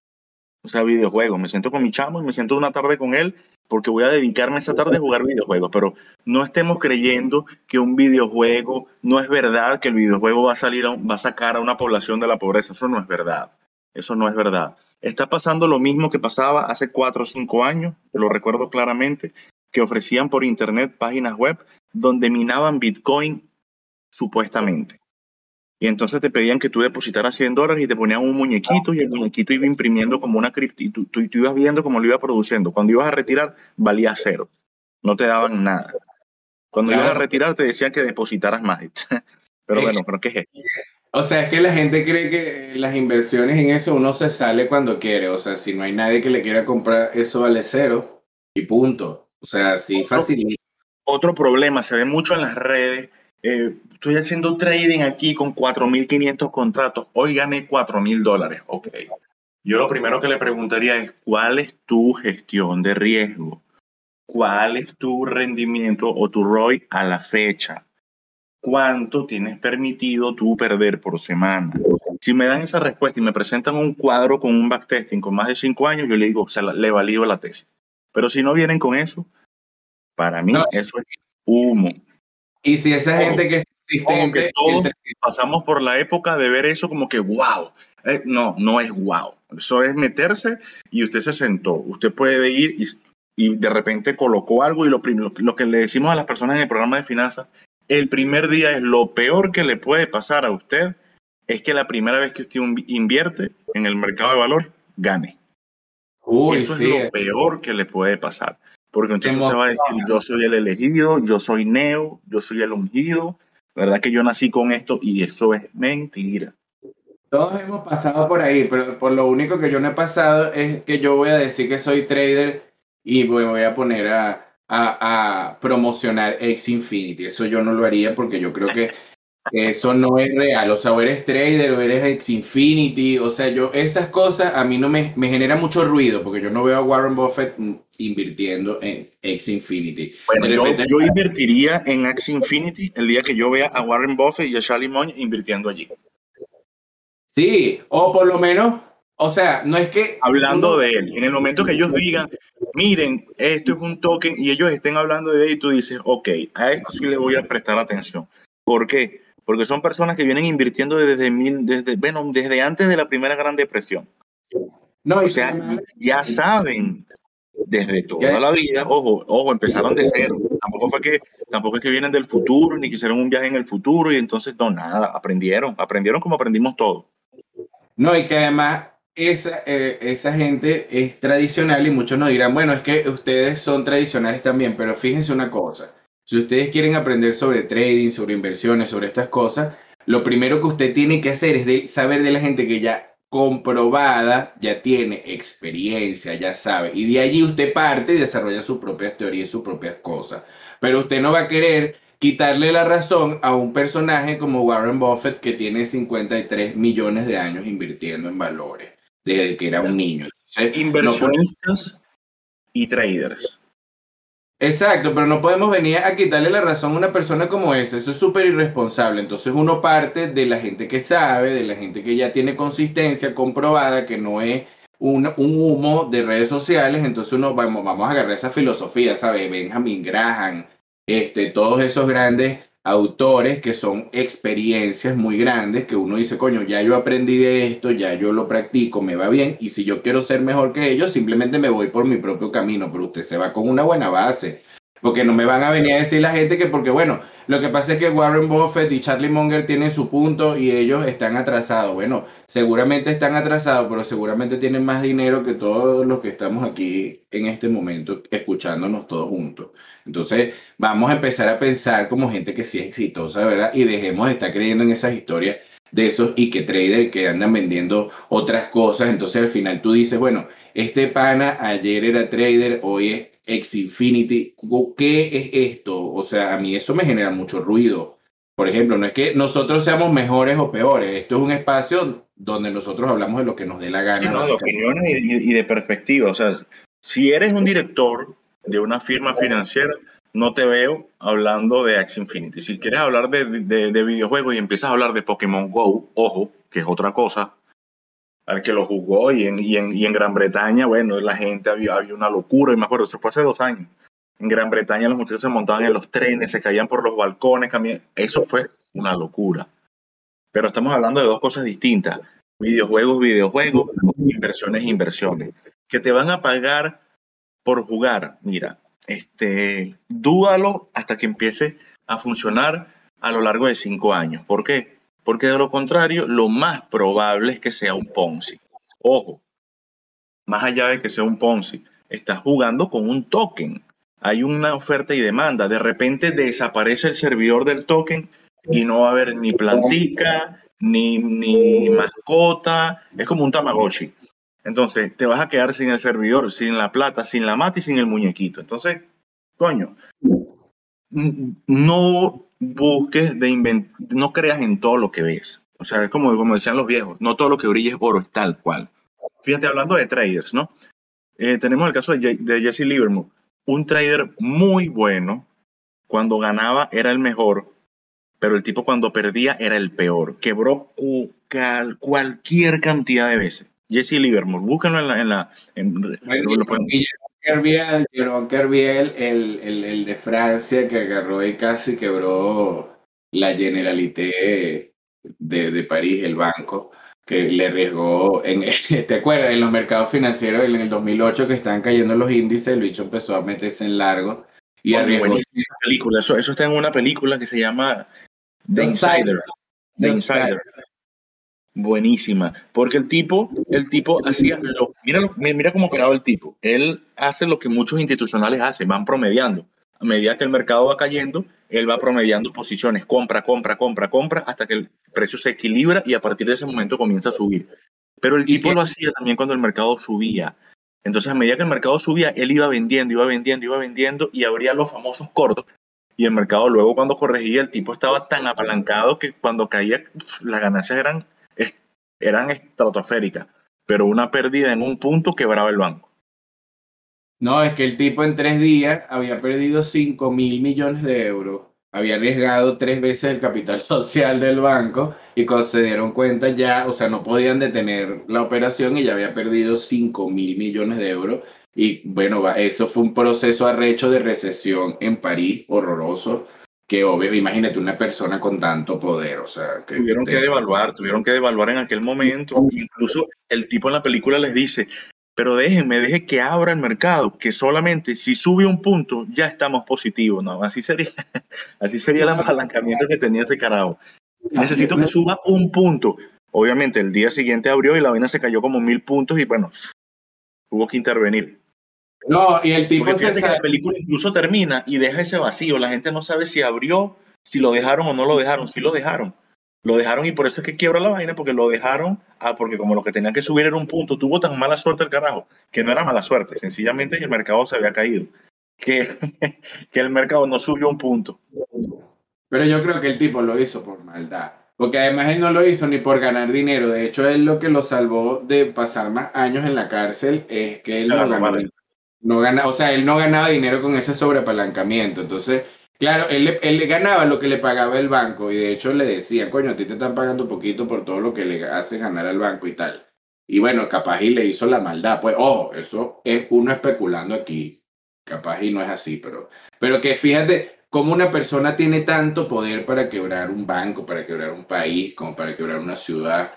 [SPEAKER 2] O sea, videojuegos. Me siento con mi chamo y me siento una tarde con él porque voy a dedicarme esa tarde a jugar videojuegos. Pero no estemos creyendo que un videojuego, no es verdad que el videojuego va a salir, a un- va a sacar a una población de la pobreza. Eso no es verdad. Eso no es verdad. Está pasando lo mismo que pasaba hace cuatro o cinco años, lo recuerdo claramente, que ofrecían por internet páginas web donde minaban Bitcoin supuestamente. Y entonces te pedían que tú depositaras cien dólares y te ponían un muñequito y el muñequito iba imprimiendo como una cripto y tú, tú, tú ibas viendo cómo lo iba produciendo. Cuando ibas a retirar, valía cero. No te daban nada. Cuando ibas a
[SPEAKER 1] claro,
[SPEAKER 2] retirar, te decían que depositaras más. Pero
[SPEAKER 1] es
[SPEAKER 2] bueno,
[SPEAKER 1] que-
[SPEAKER 2] ¿pero qué es esto?
[SPEAKER 1] o sea, es que la gente cree que las inversiones en eso uno se sale cuando quiere. O sea, si no hay nadie que le quiera comprar, eso vale cero y punto. O sea, sí,
[SPEAKER 2] Otro,
[SPEAKER 1] fácil.
[SPEAKER 2] otro problema, se ve mucho en las redes. Eh, estoy haciendo trading aquí con cuatro mil quinientos contratos. Hoy gané cuatro mil dólares. Ok. Yo lo primero que le preguntaría es, ¿cuál es tu gestión de riesgo? ¿Cuál es tu rendimiento o tu R O I a la fecha? ¿Cuánto tienes permitido tú perder por semana? Si me dan esa respuesta y me presentan un cuadro con un backtesting con más de cinco años, yo le digo, se la- le valido la tesis. Pero si no vienen con eso, para
[SPEAKER 1] No,
[SPEAKER 2] mí eso es humo.
[SPEAKER 1] y si esa
[SPEAKER 2] Ojo,
[SPEAKER 1] gente que es
[SPEAKER 2] ojo que
[SPEAKER 1] consistente, el
[SPEAKER 2] todos pasamos por la época de ver eso como que wow. Eh, no, no es wow. Eso es meterse y usted se sentó. Usted puede ir y, y de repente colocó algo y lo, prim- lo, lo que le decimos a las personas en el programa de finanzas, el primer día es lo peor que le puede pasar a usted, es que la primera vez que usted un- invierte en el mercado de valor, gane.
[SPEAKER 1] uy,
[SPEAKER 2] Eso es
[SPEAKER 1] sí,
[SPEAKER 2] lo peor que le puede pasar. Porque
[SPEAKER 1] te
[SPEAKER 2] entonces usted va a decir,
[SPEAKER 1] emociona.
[SPEAKER 2] yo soy el elegido, yo soy Neo, yo soy el ungido, ¿verdad que yo nací con esto? Y eso es mentira.
[SPEAKER 1] Todos hemos pasado por ahí, pero por lo único que yo no he pasado es que yo voy a decir que soy trader y me voy a poner a, a, a promocionar X Infinity. Eso yo no lo haría porque yo creo que eso no es real. O sea, o eres trader o eres X Infinity. O sea, yo esas cosas a mí no me, me genera mucho ruido porque yo no veo a Warren Buffett mm, invirtiendo en X Infinity.
[SPEAKER 2] Bueno,
[SPEAKER 1] De
[SPEAKER 2] yo,
[SPEAKER 1] repente,
[SPEAKER 2] yo invertiría en Axie Infinity el día que yo vea a Warren Buffett y a Charlie Munger invirtiendo allí.
[SPEAKER 1] sí, o por lo menos, o sea, no es que
[SPEAKER 2] Hablando
[SPEAKER 1] uno.
[SPEAKER 2] de él. En el momento que ellos digan, miren, esto es un token y ellos estén hablando de él y tú dices, ok, a esto sí le voy a prestar atención. ¿Por qué? Porque son personas que vienen invirtiendo desde, mil, desde, bueno, desde antes de la primera Gran Depresión.
[SPEAKER 1] No,
[SPEAKER 2] O
[SPEAKER 1] y que
[SPEAKER 2] sea,
[SPEAKER 1] además,
[SPEAKER 2] ya saben desde toda
[SPEAKER 1] que
[SPEAKER 2] la vida, ojo, ojo, empezaron de cero. Tampoco fue que, tampoco es que vienen del futuro, ni que hicieron un viaje en el futuro y entonces no, nada, aprendieron, aprendieron como aprendimos todos.
[SPEAKER 1] No, y que además esa, eh, esa gente es tradicional y muchos nos dirán, bueno, es que ustedes son tradicionales también, pero fíjense una cosa, Si ustedes quieren aprender sobre trading, sobre inversiones, sobre estas cosas, lo primero que usted tiene que hacer es de- saber de la gente que ya comprobada, ya tiene experiencia, ya sabe. Y de allí usted parte y desarrolla sus propias teorías y sus propias cosas. Pero usted no va a querer quitarle la razón a un personaje como Warren Buffett que tiene cincuenta y tres millones de años invirtiendo en valores desde que era un niño. Entonces, no podemos.
[SPEAKER 2] Inversionistas y traders.
[SPEAKER 1] Exacto, pero no podemos venir a quitarle la razón a una persona como esa. Eso es súper irresponsable. Entonces uno parte de la gente que sabe, de la gente que ya tiene consistencia comprobada, que no es un, un humo de redes sociales. Entonces uno vamos, vamos a agarrar esa filosofía, ¿sabes? Benjamin Graham, este, todos esos grandes autores que son experiencias muy grandes, que uno dice, coño, ya yo aprendí de esto, ya yo lo practico, me va bien, y si yo quiero ser mejor que ellos, simplemente me voy por mi propio camino, pero usted se va con una buena base. Porque no me van a venir a decir la gente que porque, bueno, lo que pasa es que Warren Buffett y Charlie Munger tienen su punto y ellos están atrasados. Bueno, seguramente están atrasados, pero seguramente tienen más dinero que todos los que estamos aquí en este momento escuchándonos todos juntos. Entonces, vamos a empezar a pensar como gente que sí es exitosa, ¿verdad? Y dejemos de estar creyendo en esas historias de esos y que trader que andan vendiendo otras cosas. Entonces, al final tú dices, bueno, este pana ayer era trader, hoy es ex Infinity. ¿Qué es esto? O sea, a mí eso me genera mucho ruido. Por ejemplo, no es que nosotros seamos mejores o peores. Esto es un espacio donde nosotros hablamos de lo que nos dé la
[SPEAKER 2] Sí,
[SPEAKER 1] gana,
[SPEAKER 2] ¿no? De
[SPEAKER 1] básicamente.
[SPEAKER 2] opiniones y, y- y de perspectiva. O sea, si eres un director de una firma financiera, no te veo hablando de Axie Infinity. Si quieres hablar de, de- de videojuegos y empiezas a hablar de Pokémon Go, ojo, que es otra cosa, al que lo jugó y en, y en, y en Gran Bretaña, bueno, la gente había, había una locura, y me acuerdo, eso fue hace dos años. En Gran Bretaña los muchachos se montaban en los trenes, se caían por los balcones, camina- eso fue una locura. Pero estamos hablando de dos cosas distintas. Videojuegos, videojuegos, inversiones, inversiones. Que te van a pagar por jugar. Mira, este, dúdalo hasta que empiece a funcionar a lo largo de cinco años. ¿Por qué? Porque de lo contrario, lo más probable es que sea un Ponzi. Ojo, más allá de que sea un Ponzi, estás jugando con un token. Hay una oferta y demanda. De repente desaparece el servidor del token y no va a haber ni plantica, ni, ni mascota. Es como un Tamagotchi. Entonces, te vas a quedar sin el servidor, sin la plata, sin la mata y sin el muñequito. Entonces, coño, no busques de inventar, no creas en todo lo que ves. O sea, es como, como decían los viejos, no todo lo que brilla es oro, es tal cual. Fíjate, hablando de traders, ¿no? Eh, tenemos el caso de, Ye- de Jesse Livermore, un trader muy bueno. Cuando ganaba era el mejor, pero el tipo cuando perdía era el peor. Quebró cu- cal- cualquier cantidad de veces. Jesse Livermore, búsquenlo en la... En la en-
[SPEAKER 1] Bueno,
[SPEAKER 2] lo- lo pueden-
[SPEAKER 1] Guillermo Kerviel, Jerome Kerviel, el, el, el de Francia que agarró y casi quebró la Generalité de, de París, el banco, que le arriesgó, en, ¿te acuerdas? En los mercados financieros en el dos mil ocho que estaban cayendo los índices, el bicho empezó a meterse en largo y
[SPEAKER 2] Coño,
[SPEAKER 1] arriesgó.
[SPEAKER 2] buenísima esa película. Eso, eso está en una película que se llama The
[SPEAKER 1] The Outside,
[SPEAKER 2] Insider. The
[SPEAKER 1] The Outside.
[SPEAKER 2] Insider. Buenísima, porque el tipo, el tipo hacía lo, mira, lo- mira cómo operaba el tipo. Él hace lo que muchos institucionales hacen, van promediando. A medida que el mercado va cayendo, él va promediando posiciones, compra, compra, compra, compra, hasta que el precio se equilibra y a partir de ese momento comienza a subir. Pero el
[SPEAKER 1] Y
[SPEAKER 2] tipo
[SPEAKER 1] que
[SPEAKER 2] lo hacía también cuando el mercado subía. Entonces, a medida que el mercado subía, él iba vendiendo, iba vendiendo, iba vendiendo y abría los famosos cortos. Y el mercado luego cuando corregía, el tipo estaba tan apalancado que cuando caía, las ganancias eran eran estratosféricas, pero una pérdida en un punto quebraba el banco.
[SPEAKER 1] no, es que el tipo en tres días había perdido cinco mil millones de euros. Había arriesgado tres veces el capital social del banco y cuando se dieron cuenta ya, o sea, no podían detener la operación y ya había perdido cinco mil millones de euros. Y bueno, va, eso fue un proceso arrecho de recesión en París, horroroso, que obvio, imagínate una persona con tanto poder, o sea, que
[SPEAKER 2] Tuvieron que
[SPEAKER 1] te-
[SPEAKER 2] devaluar, tuvieron que devaluar en aquel momento. Incluso el tipo en la película les dice, pero déjenme, deje que abra el mercado, que solamente si sube un punto ya estamos positivos. No, así sería, así sería el apalancamiento que tenía ese carajo. Necesito que suba un punto. Obviamente el día siguiente abrió y la vaina se cayó como mil puntos y bueno, hubo que intervenir.
[SPEAKER 1] No, y el tipo
[SPEAKER 2] Porque
[SPEAKER 1] se
[SPEAKER 2] fíjate que la
[SPEAKER 1] sale.
[SPEAKER 2] película incluso termina y deja ese vacío. La gente no sabe si abrió, si lo dejaron o no lo dejaron. Sí lo dejaron. Lo dejaron y por eso es que quiebra la vaina, porque lo dejaron, ah, porque como lo que tenían que subir era un punto, tuvo tan mala suerte el carajo, que no era mala suerte, sencillamente el mercado se había caído, que, que el mercado no subió un punto.
[SPEAKER 1] Pero yo creo que el tipo lo hizo por maldad. Porque además él no lo hizo ni por ganar dinero. De hecho, él lo que lo salvó de pasar más años en la cárcel es que él no
[SPEAKER 2] Agarró
[SPEAKER 1] ganó
[SPEAKER 2] vale.
[SPEAKER 1] dinero. No gana, o sea, él no ganaba dinero con ese sobreapalancamiento. Entonces, claro, él, le- él le ganaba lo que le pagaba el banco. Y de hecho le decía, coño, a ti te están pagando poquito por todo lo que le hace ganar al banco y tal. Y bueno, capaz y le hizo la maldad. Pues, ojo, eso es uno especulando aquí. Capaz y no es así, pero, pero que fíjate cómo una persona tiene tanto poder para quebrar un banco, para quebrar un país, como para quebrar una ciudad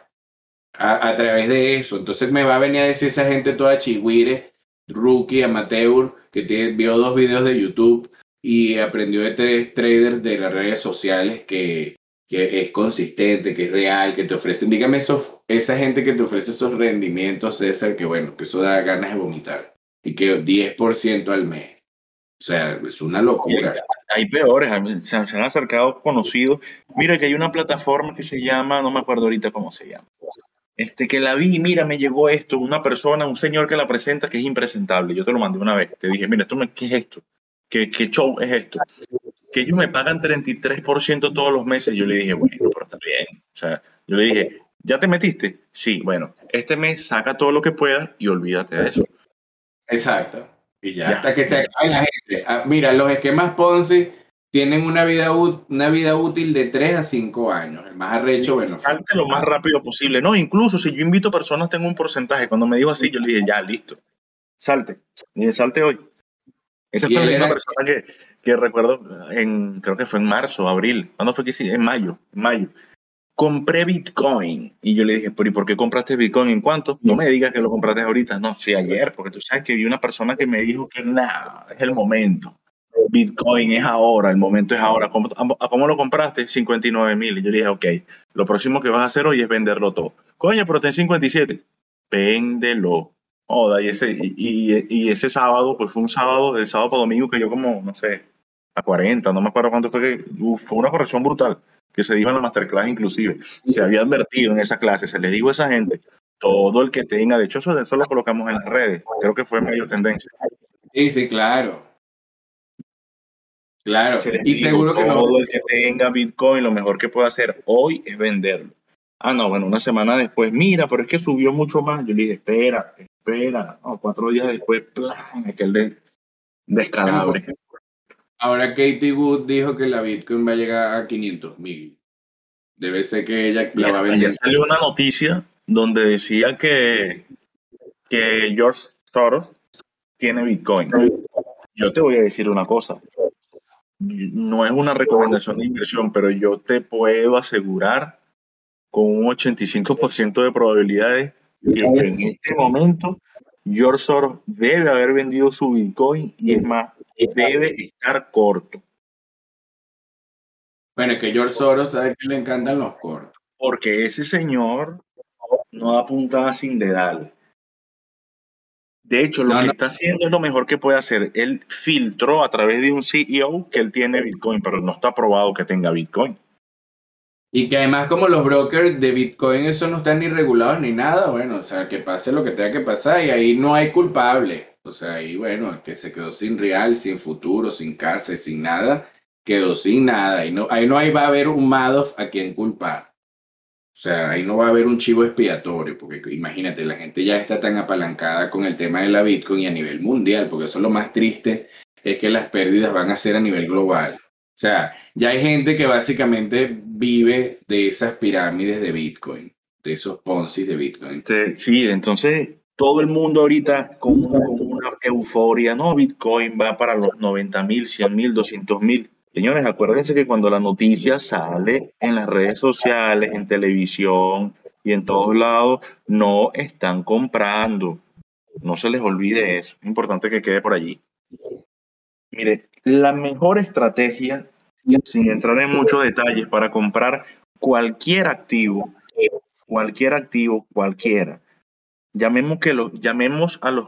[SPEAKER 1] a, a través de eso. Entonces me va a venir a decir esa gente toda chigüire, rookie, amateur, que tiene, vio dos videos de YouTube y aprendió de tres traders de las redes sociales que, que es consistente, que es real, que te ofrecen. Dígame esos, esa gente que te ofrece esos rendimientos, César, que bueno, que eso da ganas de vomitar. Y que diez por ciento al mes. O sea, es una
[SPEAKER 2] Oye,
[SPEAKER 1] locura.
[SPEAKER 2] hay peores, a mí se, han se han acercado conocidos. Mira que hay una plataforma que se llama, no me acuerdo ahorita cómo se llama. Este, que la vi y mira, me llegó esto, una persona, un señor que la presenta que es impresentable. Yo te lo mandé una vez. Te dije, mira, esto me- ¿qué es esto? ¿Qué, qué show es esto? Que ellos me pagan treinta y tres por ciento todos los meses. Yo le dije, bueno, pero está bien. O sea, yo le dije, ¿ya te metiste? Sí, bueno, este mes saca todo lo que puedas y olvídate de eso.
[SPEAKER 1] Exacto. Y ya
[SPEAKER 2] Ya,
[SPEAKER 1] hasta que se
[SPEAKER 2] ya.
[SPEAKER 1] acabe la gente. Ah, mira, los esquemas Ponzi tienen una vida, ú- una vida útil de tres a cinco años. El más arrecho, bueno, fue.
[SPEAKER 2] Salte lo más rápido posible. No, incluso si yo invito personas, tengo un porcentaje. Cuando me dijo así, yo le dije, ya, listo, salte. Le dije, salte hoy. Esa
[SPEAKER 1] Y
[SPEAKER 2] fue la
[SPEAKER 1] él
[SPEAKER 2] misma
[SPEAKER 1] era,
[SPEAKER 2] persona que, que recuerdo en, creo que fue en marzo, abril. ¿Cuándo fue que sí? En mayo, en mayo. Compré Bitcoin. Y yo le dije, pero ¿y por qué compraste Bitcoin? ¿En cuánto? No me digas que lo compraste ahorita. No, sí, ayer, porque tú sabes que vi una persona que me dijo que nada, es el momento. Bitcoin es ahora, el momento es ahora. ¿Cómo, a, cómo lo compraste? cincuenta y nueve mil. Y yo le dije, ok, lo próximo que vas a hacer hoy es venderlo todo. Coño, pero ten cincuenta y siete. Véndelo. Joda, y ese, y, y- y ese sábado, pues fue un sábado, del sábado para domingo, que yo como, no sé, a cuarenta, no me acuerdo cuánto fue que, uf, fue una corrección brutal, que se dijo en la masterclass inclusive. Se había advertido en esa clase, se les dijo a esa gente, todo el que tenga, de hecho eso, eso lo colocamos en las redes, creo que fue medio tendencia.
[SPEAKER 1] sí, sí, claro, claro.
[SPEAKER 2] Se les
[SPEAKER 1] Y
[SPEAKER 2] dijo,
[SPEAKER 1] seguro que no.
[SPEAKER 2] todo el que tenga Bitcoin, lo mejor que puede hacer hoy es venderlo. Ah, no, bueno, una semana después, mira, pero es que subió mucho más. Yo le dije, espera, espera. No, cuatro días después, plan, aquel de,
[SPEAKER 1] Bueno, pues,
[SPEAKER 2] descalabre.
[SPEAKER 1] ahora Katie Wood dijo que la Bitcoin va a llegar a quinientos mil. Debe ser que ella la
[SPEAKER 2] Mira,
[SPEAKER 1] va a
[SPEAKER 2] ayer
[SPEAKER 1] vender.
[SPEAKER 2] salió una noticia donde decía que, que George Soros tiene Bitcoin. Yo te voy a decir una cosa, no es una recomendación de inversión, pero yo te puedo asegurar con un ochenta y cinco por ciento de probabilidades que en este momento George Soros debe haber vendido su Bitcoin y es más, debe estar corto.
[SPEAKER 1] Bueno, es que George Soros sabe que le encantan los cortos.
[SPEAKER 2] Porque ese señor no apunta sin dedal. De hecho, lo
[SPEAKER 1] No,
[SPEAKER 2] que
[SPEAKER 1] no.
[SPEAKER 2] está haciendo es lo mejor que puede hacer. Él filtró a través de un C E O que él tiene Bitcoin, pero no está probado que tenga Bitcoin.
[SPEAKER 1] Y que además como los brokers de Bitcoin, eso no están ni regulados ni nada, bueno, o sea, que pase lo que tenga que pasar y ahí no hay culpable. O sea, ahí bueno, el que se quedó sin real, sin futuro, sin casa y sin nada, quedó sin nada. Y no, ahí no hay, va a haber un Madoff a quien culpar. O sea, ahí no va a haber un chivo expiatorio, porque imagínate, la gente ya está tan apalancada con el tema de la Bitcoin y a nivel mundial, porque eso es lo más triste, es que las pérdidas van a ser a nivel global. O sea, ya hay gente que básicamente vive de esas pirámides de Bitcoin, de esos Ponzi de Bitcoin.
[SPEAKER 2] Este, sí, entonces todo el mundo ahorita con una, con una euforia, no, Bitcoin va para los noventa mil, cien mil, doscientos mil. Señores, acuérdense que cuando la noticia sale en las redes sociales, en televisión y en todos lados, no están comprando. No se les olvide eso. Es importante que quede por allí. Mire, la mejor estrategia, sin entrar en muchos detalles, para comprar cualquier activo, cualquier activo, cualquiera, llamemos, que lo, llamemos a los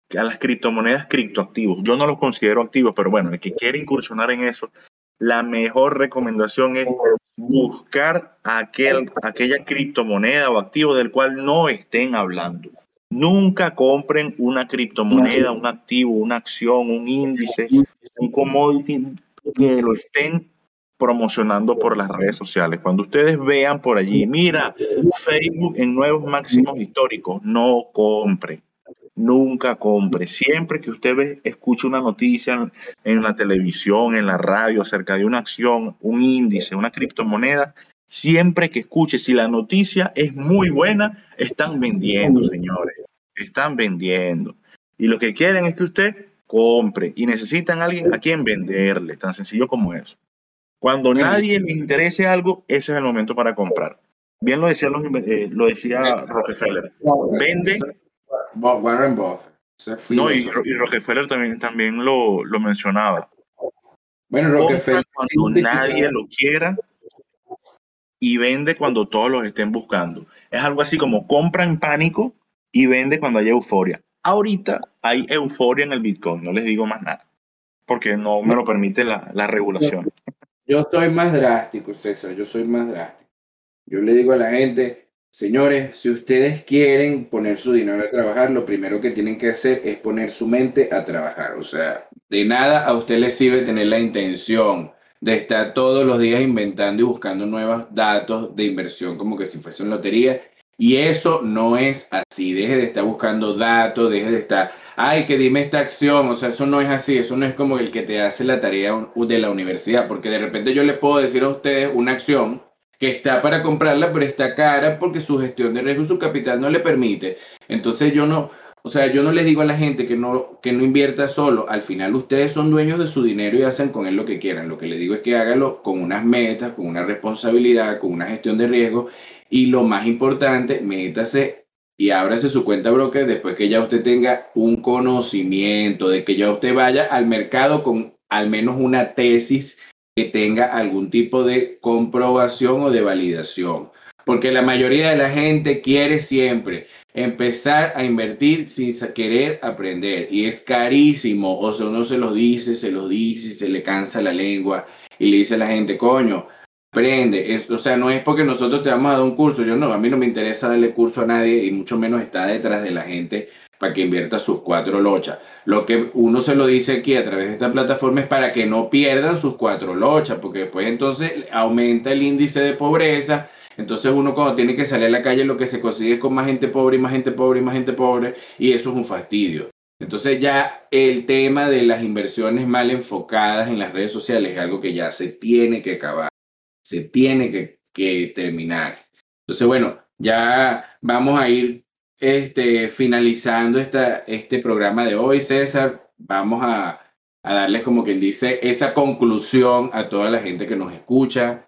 [SPEAKER 2] a las criptomonedas criptoactivos. Yo no los considero activos, pero bueno, el que quiere incursionar en eso, la mejor recomendación es buscar aquel, aquella criptomoneda o activo del cual no estén hablando. Nunca compren una criptomoneda, un activo, una acción, un índice, un commodity que lo estén promocionando por las redes sociales. Cuando ustedes vean por allí, mira, Facebook en nuevos máximos históricos, no compre. Nunca compre. Siempre que usted ve, escuche una noticia en, en la televisión, en la radio, acerca de una acción, un índice, una criptomoneda, siempre que escuche, si la noticia es muy buena, están vendiendo, señores. Están vendiendo. Y lo que quieren es que usted compre y necesitan a alguien a quien venderle. Tan sencillo como eso. Cuando
[SPEAKER 1] Bueno,
[SPEAKER 2] nadie le interese algo, ese es el momento para comprar. Bien lo decía, los, eh, lo decía Rockefeller. Vende.
[SPEAKER 1] Warren Buffett, esa
[SPEAKER 2] No, y,
[SPEAKER 1] filosofía.
[SPEAKER 2] y Rockefeller también, también lo, lo mencionaba.
[SPEAKER 1] Bueno,
[SPEAKER 2] Compra
[SPEAKER 1] Rockefeller
[SPEAKER 2] cuando
[SPEAKER 1] dice que
[SPEAKER 2] nadie lo quiera y vende cuando todos los estén buscando. Es algo así como compra en pánico y vende cuando haya euforia. Ahorita hay euforia en el Bitcoin, no les digo más nada, porque no me lo permite la, la regulación.
[SPEAKER 1] yo soy más drástico, César, yo soy más drástico. Yo le digo a la gente, señores, si ustedes quieren poner su dinero a trabajar, lo primero que tienen que hacer es poner su mente a trabajar. O sea, de nada a usted le sirve tener la intención de estar todos los días inventando y buscando nuevos datos de inversión como que si fuese una lotería. Y eso no es así. Deje de estar buscando datos, deje de estar, ay, que dime esta acción. O sea, eso no es así. Eso no es como el que te hace la tarea de la universidad. Porque de repente yo le puedo decir a ustedes una acción que está para comprarla, pero está cara porque su gestión de riesgo y su capital no le permite. Entonces yo no, o sea, yo no les digo a la gente que no, que no invierta solo. Al final ustedes son dueños de su dinero y hacen con él lo que quieran. Lo que les digo es que hágalo con unas metas, con una responsabilidad, con una gestión de riesgo. Y lo más importante, métase y ábrase su cuenta broker después que ya usted tenga un conocimiento, de que ya usted vaya al mercado con al menos una tesis que tenga algún tipo de comprobación o de validación. Porque la mayoría de la gente quiere siempre empezar a invertir sin querer aprender. Y es carísimo. O sea, uno se lo dice, se lo dice, se le cansa la lengua y le dice a la gente, coño, aprende. Es, o sea, no es porque nosotros te vamos a dar un curso. Yo no, a mí no me interesa darle curso a nadie y mucho menos está detrás de la gente para que invierta sus cuatro lochas. Lo que uno se lo dice aquí a través de esta plataforma es para que no pierdan sus cuatro lochas, porque después entonces aumenta el índice de pobreza. Entonces uno cuando tiene que salir a la calle lo que se consigue es con más gente pobre y más gente pobre y más gente pobre y eso es un fastidio. Entonces ya el tema de las inversiones mal enfocadas en las redes sociales es algo que ya se tiene que acabar, se tiene que, que terminar. Entonces bueno, ya vamos a ir este, finalizando esta, este programa de hoy, César. Vamos a, a darles como quien dice esa conclusión a toda la gente que nos escucha.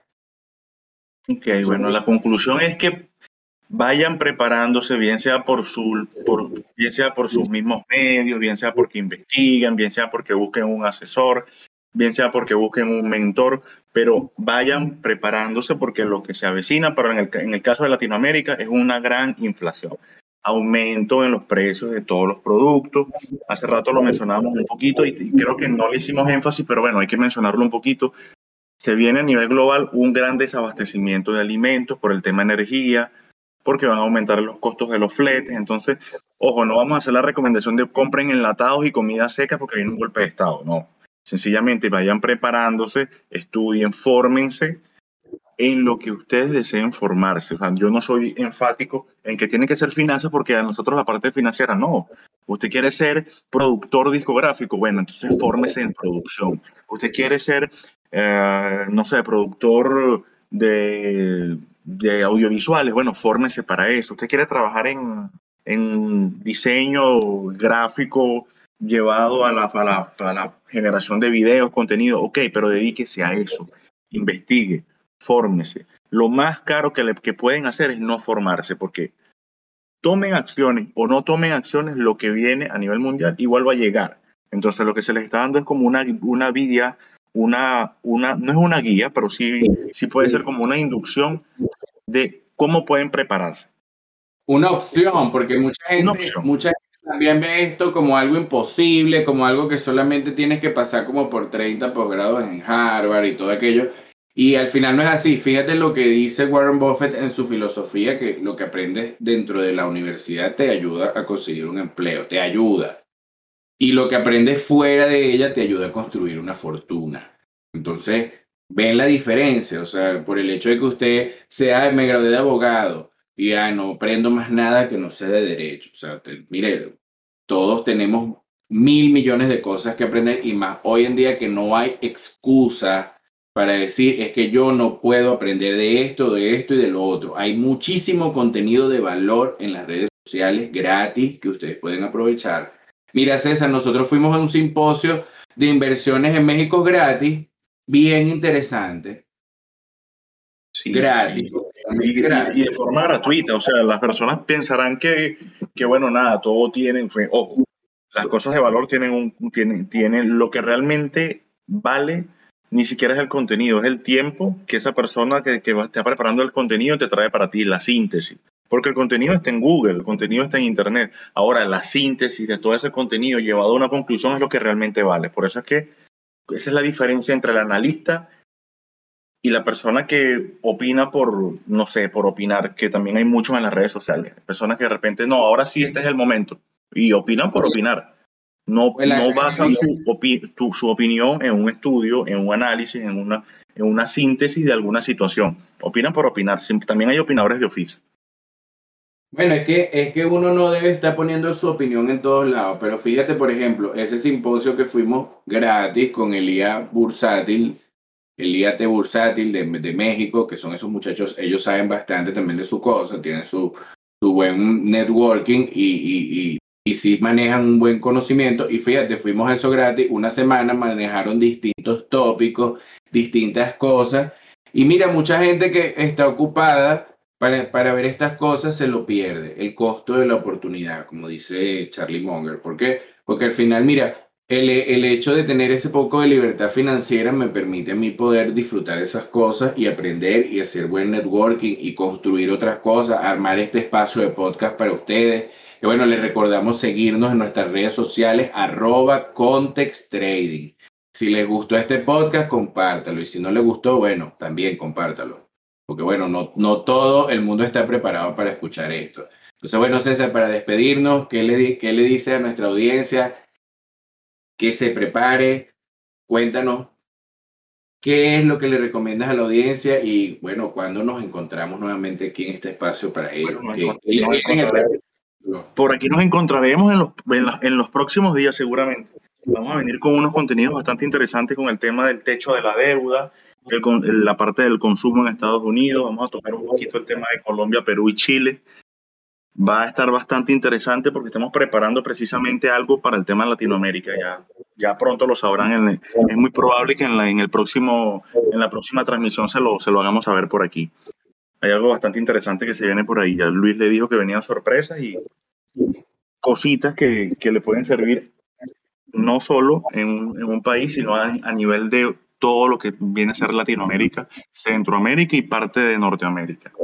[SPEAKER 2] Ok, bueno, la conclusión es que vayan preparándose, bien sea por su, por, bien sea por sus mismos medios, bien sea porque investigan, bien sea porque busquen un asesor, bien sea porque busquen un mentor, pero vayan preparándose porque lo que se avecina, pero en el, en el caso de Latinoamérica es una gran inflación, aumento en los precios de todos los productos. Hace rato lo mencionábamos un poquito y, y creo que no le hicimos énfasis, pero bueno, hay que mencionarlo un poquito. Se viene a nivel global un gran desabastecimiento de alimentos por el tema energía, porque van a aumentar los costos de los fletes. Entonces, ojo, no vamos a hacer la recomendación de compren enlatados y comida seca porque viene un golpe de Estado, no. Sencillamente vayan preparándose, estudien, fórmense en lo que ustedes deseen formarse. O sea, yo no soy enfático en que tiene que ser finanzas porque a nosotros la parte financiera no. Usted quiere ser productor discográfico, bueno, entonces fórmese en producción. Usted quiere ser, eh, no sé, productor de, de audiovisuales, bueno, fórmese para eso. Usted quiere trabajar en, en diseño gráfico llevado a la, a, la, a la generación de videos, contenido, ok, pero dedíquese a eso, investigue, fórmese. Lo más caro que, le, que pueden hacer es no formarse, porque tomen acciones o no tomen acciones, lo que viene a nivel mundial igual va a llegar. Entonces lo que se les está dando es como una, una guía, una, una, no es una guía, pero sí, sí puede ser como una inducción de cómo pueden prepararse.
[SPEAKER 1] Una opción, porque mucha
[SPEAKER 2] Una
[SPEAKER 1] gente,
[SPEAKER 2] opción.
[SPEAKER 1] mucha también ve esto como algo imposible, como algo que solamente tienes que pasar como por treinta posgrados en Harvard y todo aquello. Y al final no es así. Fíjate lo que dice Warren Buffett en su filosofía, que lo que aprendes dentro de la universidad te ayuda a conseguir un empleo, te ayuda. Y lo que aprendes fuera de ella te ayuda a construir una fortuna. Entonces, ven la diferencia, o sea, por el hecho de que usted sea, me gradué de abogado y ya no aprendo más nada que no sea de derecho. O sea, te- mire, todos tenemos mil millones de cosas que aprender y más hoy en día que no hay excusa para decir es que yo no puedo aprender de esto, de esto y de lo otro. Hay muchísimo contenido de valor en las redes sociales gratis que ustedes pueden aprovechar. Mira, César, nosotros fuimos a un simposio de inversiones en México gratis, bien interesante,
[SPEAKER 2] Sí,
[SPEAKER 1] gratis,
[SPEAKER 2] sí.
[SPEAKER 1] completamente
[SPEAKER 2] Y, y- y
[SPEAKER 1] gratis.
[SPEAKER 2] de forma gratuita, o sea, las personas pensarán que, que bueno, nada, todo tiene, fue- ojo, las cosas de valor tienen, un, tienen, tienen lo que realmente vale, ni siquiera es el contenido, es el tiempo que esa persona que, que va, está preparando el contenido te trae para ti, la síntesis. Porque el contenido está en Google, el contenido está en Internet. Ahora, la síntesis de todo ese contenido llevado a una conclusión es lo que realmente vale. Por eso es que esa es la diferencia entre el analista y la persona que opina por, no sé, por opinar, que también hay muchos en las redes sociales. Personas que de repente, no, ahora sí este es el momento. Y opinan por opinar. No,
[SPEAKER 1] Pues la-
[SPEAKER 2] no basan su, opi- tu- su opinión en un estudio, en un análisis, en una, en una síntesis de alguna situación. Opinan por opinar. Sim- También hay opinadores de oficio.
[SPEAKER 1] Bueno, es que, es que uno no debe estar poniendo su opinión en todos lados, pero fíjate, por ejemplo, ese simposio que fuimos gratis con Elías Bursátil, Elías T. Bursátil de, de México, que son esos muchachos, ellos saben bastante también de su cosa, tienen su, su buen networking y, y, y, y sí manejan un buen conocimiento. Y fíjate, fuimos a eso gratis, una semana manejaron distintos tópicos, distintas cosas. Y mira, mucha gente que está ocupada para, para ver estas cosas se lo pierde, el costo de la oportunidad, como dice Charlie Munger. ¿Por qué? Porque al final, mira, el, el hecho de tener ese poco de libertad financiera me permite a mí poder disfrutar esas cosas y aprender y hacer buen networking y construir otras cosas, armar este espacio de podcast para ustedes. Y bueno, les recordamos seguirnos en nuestras redes sociales, arroba Context Trading. Si les gustó este podcast, compártalo. Y si no les gustó, bueno, también compártalo. Porque bueno, no, no todo el mundo está preparado para escuchar esto. Entonces, bueno, César, para despedirnos, ¿qué le, di- qué le dice a nuestra audiencia? Que se prepare, cuéntanos qué es lo que le recomiendas a la audiencia y bueno, cuándo nos encontramos nuevamente aquí en este espacio para
[SPEAKER 2] Bueno,
[SPEAKER 1] ellos.
[SPEAKER 2] nos,
[SPEAKER 1] Que,
[SPEAKER 2] encon-
[SPEAKER 1] que les
[SPEAKER 2] nos
[SPEAKER 1] viene en el
[SPEAKER 2] encontraremos.
[SPEAKER 1] capítulo.
[SPEAKER 2] Por aquí nos encontraremos en los, en, la- en los próximos días seguramente. Vamos a venir con unos contenidos bastante interesantes con el tema del techo de la deuda, el con- la parte del consumo en Estados Unidos. Vamos a tocar un poquito el tema de Colombia, Perú y Chile. Va a estar bastante interesante porque estamos preparando precisamente algo para el tema de Latinoamérica. Ya, ya pronto lo sabrán. En el- es muy probable que en la, en el próximo, en la próxima transmisión se lo, se lo hagamos saber por aquí. Hay algo bastante interesante que se viene por ahí. Ya Luis le dijo que venían sorpresas y cositas que, que le pueden servir no solo en, un- en un país, sino a, a nivel de todo lo que viene a ser Latinoamérica, Centroamérica y parte de Norteamérica.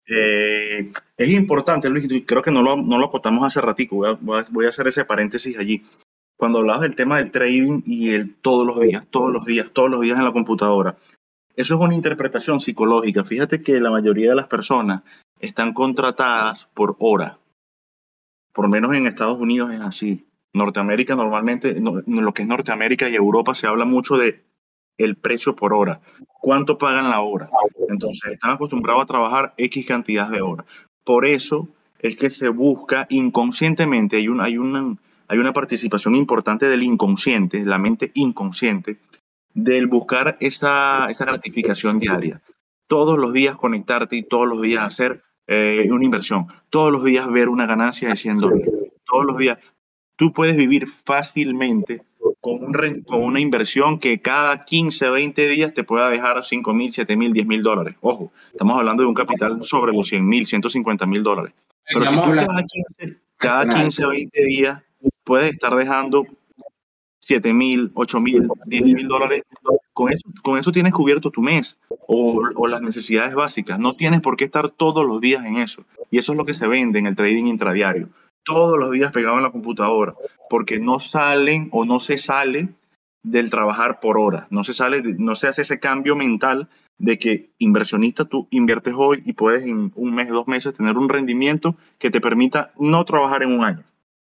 [SPEAKER 2] Eh, es importante, Luis, y creo que no lo, no lo acotamos hace ratico, voy a, voy a- voy a hacer ese paréntesis allí. Cuando hablabas del tema del trading y el todos los días, todos los días, todos los días en la computadora, eso es una interpretación psicológica. Fíjate que la mayoría de las personas están contratadas por hora. Por lo menos en Estados Unidos es así. Norteamérica normalmente, no, no, lo que es Norteamérica y Europa se habla mucho de el precio por hora. ¿Cuánto pagan la hora? Entonces están acostumbrados a trabajar X cantidad de horas. Por eso es que se busca inconscientemente, hay, un, hay, una, hay una participación importante del inconsciente, la mente inconsciente, del buscar esa, esa gratificación diaria. Todos los días conectarte y todos los días hacer eh, una inversión. Todos los días ver una ganancia de cien dólares. Todos los días. Tú puedes vivir fácilmente con, un, re- con una inversión que cada quince, veinte días te pueda dejar cinco mil, siete mil, diez mil dólares. Ojo, estamos hablando de un capital sobre los cien mil, ciento cincuenta mil dólares. Pero si
[SPEAKER 1] Estamos
[SPEAKER 2] tú
[SPEAKER 1] hablando
[SPEAKER 2] cada quince, cada
[SPEAKER 1] nacional.
[SPEAKER 2] quince, veinte días puedes estar dejando siete mil, ocho mil, diez mil dólares, con eso, con eso tienes cubierto tu mes o, o las necesidades básicas. No tienes por qué estar todos los días en eso. Y eso es lo que se vende en el trading intradiario. todos los días pegado en la computadora, porque no salen o no se sale del trabajar por hora, no se sale, de- no se hace ese cambio mental de que inversionista tú inviertes hoy y puedes en un mes, dos meses tener un rendimiento que te permita no trabajar en un año.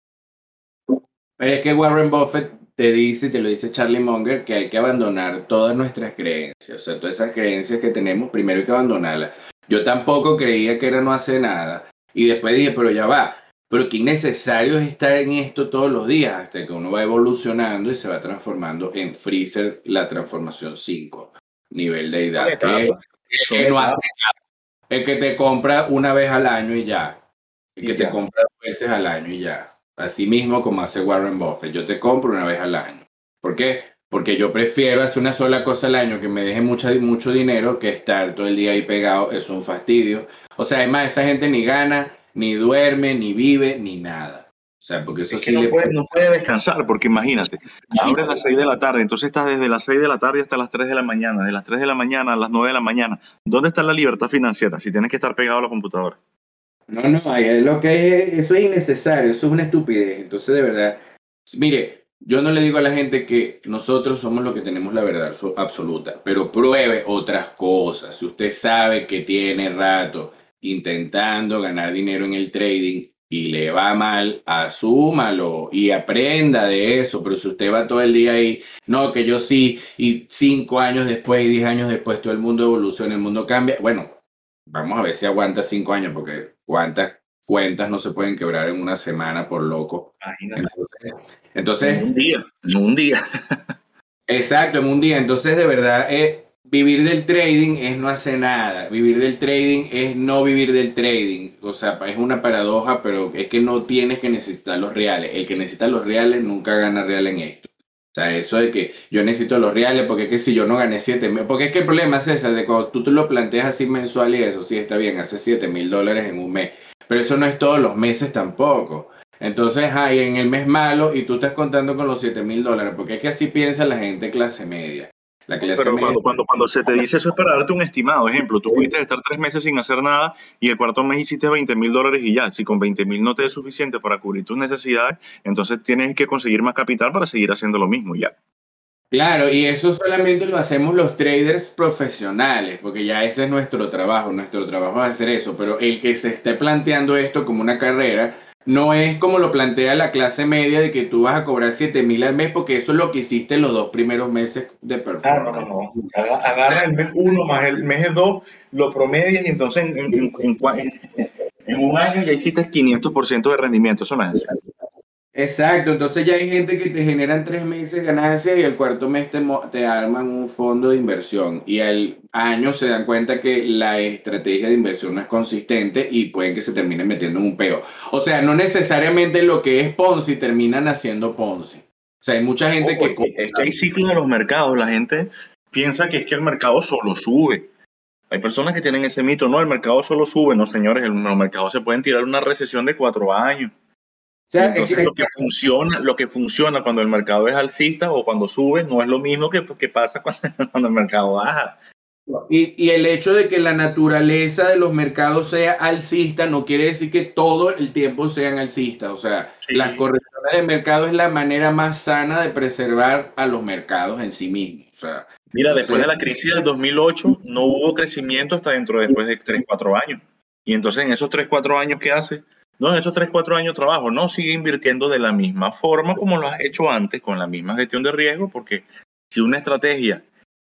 [SPEAKER 1] Pero es que Warren Buffett te dice, te lo dice Charlie Munger, que hay que abandonar todas nuestras creencias. O sea, todas esas creencias que tenemos, primero hay que abandonarlas. Yo tampoco creía que era no hacer nada. Y después dije, pero ya va. Pero qué innecesario es estar en esto todos los días, hasta que uno va evolucionando y se va transformando en Freezer, la transformación cinco nivel de
[SPEAKER 2] Son
[SPEAKER 1] edad, que es
[SPEAKER 2] etapas,
[SPEAKER 1] el
[SPEAKER 2] son
[SPEAKER 1] que no hace,
[SPEAKER 2] etapas
[SPEAKER 1] el que te compra una vez al año y ya. El que
[SPEAKER 2] y
[SPEAKER 1] te
[SPEAKER 2] ya.
[SPEAKER 1] compra dos veces al año y ya. Así mismo como hace Warren Buffett. Yo te compro una vez al año. ¿Por qué? Porque yo prefiero hacer una sola cosa al año que me deje mucha, mucho dinero que estar todo el día ahí pegado. Es un fastidio. O sea, además, esa gente ni gana, ni duerme, ni vive, ni nada. O sea, porque eso
[SPEAKER 2] Es que
[SPEAKER 1] sí
[SPEAKER 2] no
[SPEAKER 1] le
[SPEAKER 2] puede,
[SPEAKER 1] puede.
[SPEAKER 2] no puede descansar, porque imagínate, abres a las seis de la tarde, entonces estás desde las seis de la tarde hasta las tres de la mañana, de las tres de la mañana a las nueve de la mañana. ¿Dónde está la libertad financiera si tienes que estar pegado a la computadora?
[SPEAKER 1] No, no, ahí es lo que es, eso es innecesario, eso es una estupidez. Entonces, de verdad, mire, yo no le digo a la gente que nosotros somos los que tenemos la verdad so- absoluta, pero pruebe otras cosas. Si usted sabe que tiene rato intentando ganar dinero en el trading y le va mal, asúmalo y aprenda de eso. Pero si usted va todo el día ahí, no, que yo sí, y cinco años después y diez años después todo el mundo evoluciona, el mundo cambia, bueno. Vamos a ver si aguanta cinco años, porque cuántas cuentas no se pueden quebrar en una semana por loco.
[SPEAKER 2] Imagínate,
[SPEAKER 1] Entonces,
[SPEAKER 2] en
[SPEAKER 1] entonces
[SPEAKER 2] un día, en un día.
[SPEAKER 1] exacto, en un día. Entonces, de verdad, eh, vivir del trading es no hacer nada. Vivir del trading es no vivir del trading. O sea, es una paradoja, pero es que no tienes que necesitar los reales. El que necesita los reales nunca gana real en esto. O sea, eso de que yo necesito los reales porque es que si yo no gané siete mil, porque es que el problema es ese, de cuando tú te lo planteas así mensual y eso, sí está bien, hace siete mil dólares en un mes, pero eso no es todos los meses tampoco. Entonces, hay en el mes malo y tú estás contando con los siete mil dólares, porque es que así piensa la gente clase media. La clase
[SPEAKER 2] Pero
[SPEAKER 1] media,
[SPEAKER 2] cuando, cuando, cuando se te dice eso es para darte un estimado. Ejemplo, tú pudiste estar tres meses sin hacer nada y el cuarto mes hiciste veinte mil dólares y ya. Si con veinte mil no te es suficiente para cubrir tus necesidades, entonces tienes que conseguir más capital para seguir haciendo lo mismo. Ya.
[SPEAKER 1] claro, y eso solamente lo hacemos los traders profesionales, porque ya ese es nuestro trabajo, nuestro trabajo es hacer eso, pero el que se esté planteando esto como una carrera, no es como lo plantea la clase media de que tú vas a cobrar siete mil al mes, porque eso es lo que hiciste en los dos primeros meses de
[SPEAKER 2] Ah, no, no,
[SPEAKER 1] performance.
[SPEAKER 2] no. Aga- Agarra el mes uno más el mes dos, lo promedias y entonces en, en- en- en cua- en- en un año ya hiciste quinientos por ciento de rendimiento. Eso no es así.
[SPEAKER 1] Exacto, entonces ya hay gente que te generan tres meses ganancias y el cuarto mes te, mo- te arman un fondo de inversión y al año se dan cuenta que la estrategia de inversión no es consistente y pueden que se terminen metiendo en un peo. O sea, no necesariamente lo que es Ponzi terminan haciendo Ponzi. O sea, hay mucha gente
[SPEAKER 2] Ojo,
[SPEAKER 1] que
[SPEAKER 2] es que,
[SPEAKER 1] compra.
[SPEAKER 2] es que hay ciclos de los mercados. La gente piensa que es que el mercado solo sube. Hay personas que tienen ese mito, no, el mercado solo sube. No, señores, el, los mercados se pueden tirar una recesión de cuatro años.
[SPEAKER 1] O
[SPEAKER 2] Y
[SPEAKER 1] sea, es
[SPEAKER 2] entonces
[SPEAKER 1] que-
[SPEAKER 2] lo que funciona, lo que funciona cuando el mercado es alcista o cuando sube, no es lo mismo que, que pasa cuando, cuando el mercado baja.
[SPEAKER 1] y, y el hecho de que la naturaleza de los mercados sea alcista no quiere decir que todo el tiempo sean alcistas. O sea, las
[SPEAKER 2] Sí.
[SPEAKER 1] correcciones de mercado es la manera más sana de preservar a los mercados en sí mismos. O sea,
[SPEAKER 2] Mira, después
[SPEAKER 1] entonces,
[SPEAKER 2] de la crisis del dos mil ocho no hubo crecimiento hasta dentro de después de tres cuatro años. Y entonces en esos tres cuatro años, ¿qué hace? No, en esos tres cuatro años trabajo, no, sigue invirtiendo de la misma forma como lo has hecho antes, con la misma gestión de riesgo, porque si una estrategia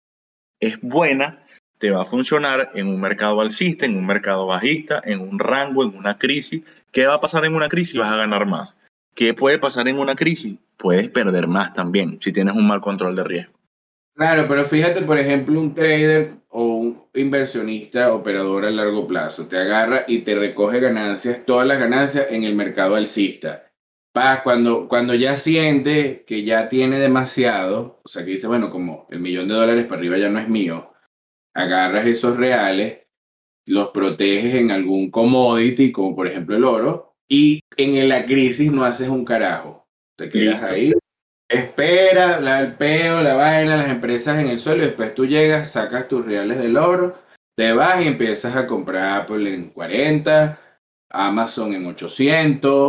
[SPEAKER 2] es buena, te va a funcionar en un mercado alcista, en un mercado bajista, en un rango, en una crisis. ¿Qué va a pasar en una crisis? Vas a ganar más. ¿Qué puede pasar en una crisis? Puedes perder más también si tienes un mal control de riesgo.
[SPEAKER 1] claro, pero fíjate, por ejemplo, un trader o un inversionista, operador a largo plazo, te agarra y te recoge ganancias, todas las ganancias en el mercado alcista. Paz, cuando, cuando ya siente que ya tiene demasiado, o sea, que dice, bueno, como el millón de dólares para arriba ya no es mío, agarras esos reales, los proteges en algún commodity, como por ejemplo el oro, y en la crisis no haces un carajo. Te quedas
[SPEAKER 2] Listo.
[SPEAKER 1] ahí, espera, la, el peo, la vaina, las empresas en el suelo, y después tú llegas, sacas tus reales del oro, te vas y empiezas a comprar Apple en cuarenta, Amazon en ochocientos,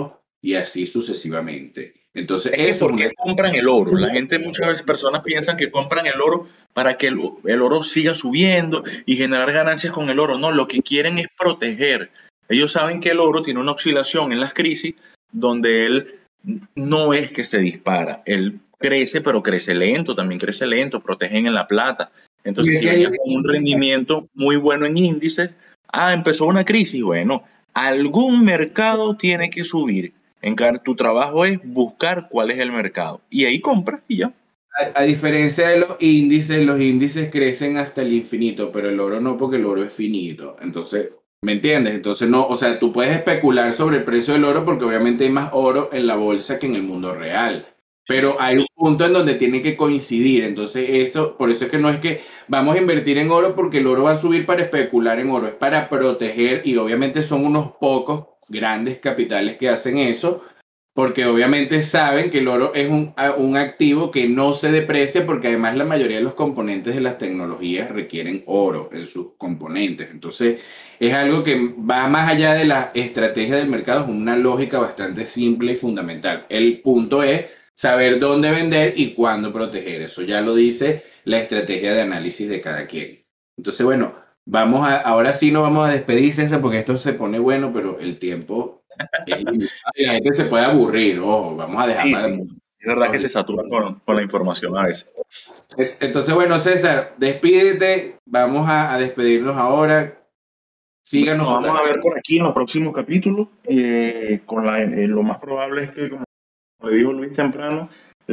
[SPEAKER 1] y así sucesivamente. Entonces,
[SPEAKER 2] Es que
[SPEAKER 1] eso es
[SPEAKER 2] ¿por qué
[SPEAKER 1] una...
[SPEAKER 2] compran el oro? La gente, muchas veces, personas piensan que compran el oro para que el, el oro siga subiendo y generar ganancias con el oro. No, lo que quieren es proteger. Ellos saben que el oro tiene una oscilación en las crisis donde él no es que se dispara, él crece, pero crece lento, también crece lento, protegen en la plata.
[SPEAKER 1] Y
[SPEAKER 2] Entonces,
[SPEAKER 1] es
[SPEAKER 2] si
[SPEAKER 1] que hay-
[SPEAKER 2] venían con un rendimiento muy bueno en índices, ah, empezó una crisis, bueno, algún mercado tiene que subir. En cada, tu trabajo es buscar cuál es el mercado y ahí compras y ya.
[SPEAKER 1] A, a diferencia de los índices, los índices crecen hasta el infinito, pero el oro no, porque el oro es finito. Entonces, ¿me entiendes? Entonces, no, o sea, tú puedes especular sobre el precio del oro porque obviamente hay más oro en la bolsa que en el mundo real.
[SPEAKER 2] Sí.
[SPEAKER 1] Pero hay un punto en donde tiene que coincidir. Entonces, eso, por eso es que no es que vamos a invertir en oro porque el oro va a subir para especular en oro, es para proteger y obviamente son unos pocos grandes capitales que hacen eso porque obviamente saben que el oro es un, a- un activo que no se deprecia porque además la mayoría de los componentes de las tecnologías requieren oro en sus componentes. Entonces es algo que va más allá de la estrategia del mercado, es una lógica bastante simple y fundamental. El punto es saber dónde vender y cuándo proteger. Eso ya lo dice la estrategia de análisis de cada quien. Entonces, bueno, vamos a, ahora sí nos vamos a despedir, César, porque esto se pone bueno, pero el tiempo es limitado y la gente se puede aburrir. Ojo, vamos a dejar
[SPEAKER 2] Sí,
[SPEAKER 1] para
[SPEAKER 2] sí. Es verdad
[SPEAKER 1] otros
[SPEAKER 2] que se
[SPEAKER 1] días.
[SPEAKER 2] saturan con, con la información a veces.
[SPEAKER 1] E- Entonces, bueno, César, despídete. Vamos a, a despedirnos ahora.
[SPEAKER 2] Bueno,
[SPEAKER 1] Síganos
[SPEAKER 2] nos
[SPEAKER 1] por las
[SPEAKER 2] vamos a ver
[SPEAKER 1] redes.
[SPEAKER 2] por aquí en los próximos capítulos. Eh, con la, eh, lo más probable es que, como le dijo Luis temprano,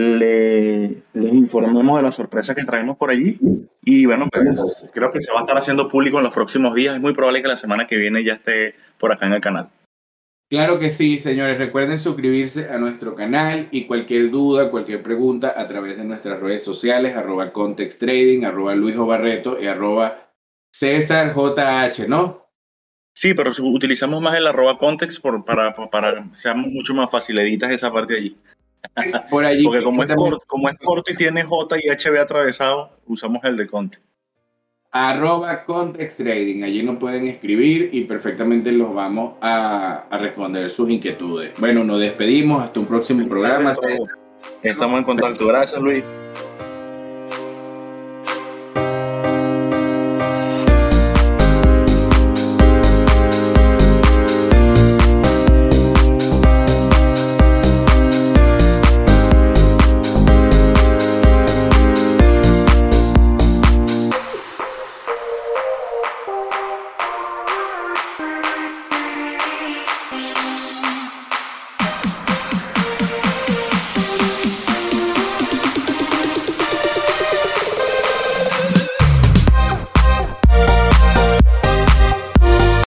[SPEAKER 2] le, les informemos de la sorpresa que traemos por allí. Y bueno, pues creo que se va a estar haciendo público en los próximos días. Es muy probable que la semana que viene ya esté por acá en el canal.
[SPEAKER 1] Claro que sí, señores. Recuerden suscribirse a nuestro canal y cualquier duda, cualquier pregunta a través de nuestras redes sociales, arroba Context Trading, arroba Luis O. Barreto y arroba César J H, ¿no?
[SPEAKER 2] Sí, pero si utilizamos más el arroba context por, para, para que sea mucho más facileditas esa parte de allí.
[SPEAKER 1] Por allí
[SPEAKER 2] Porque como es
[SPEAKER 1] perfectamente.
[SPEAKER 2] corto, como es corto y tiene J y H B atravesado, usamos el de context.
[SPEAKER 1] Arroba Context Trading. Allí nos pueden escribir y perfectamente los vamos a, a responder sus inquietudes. Bueno, nos despedimos. Hasta un próximo programa.
[SPEAKER 2] Estamos en contacto. Gracias, Luis.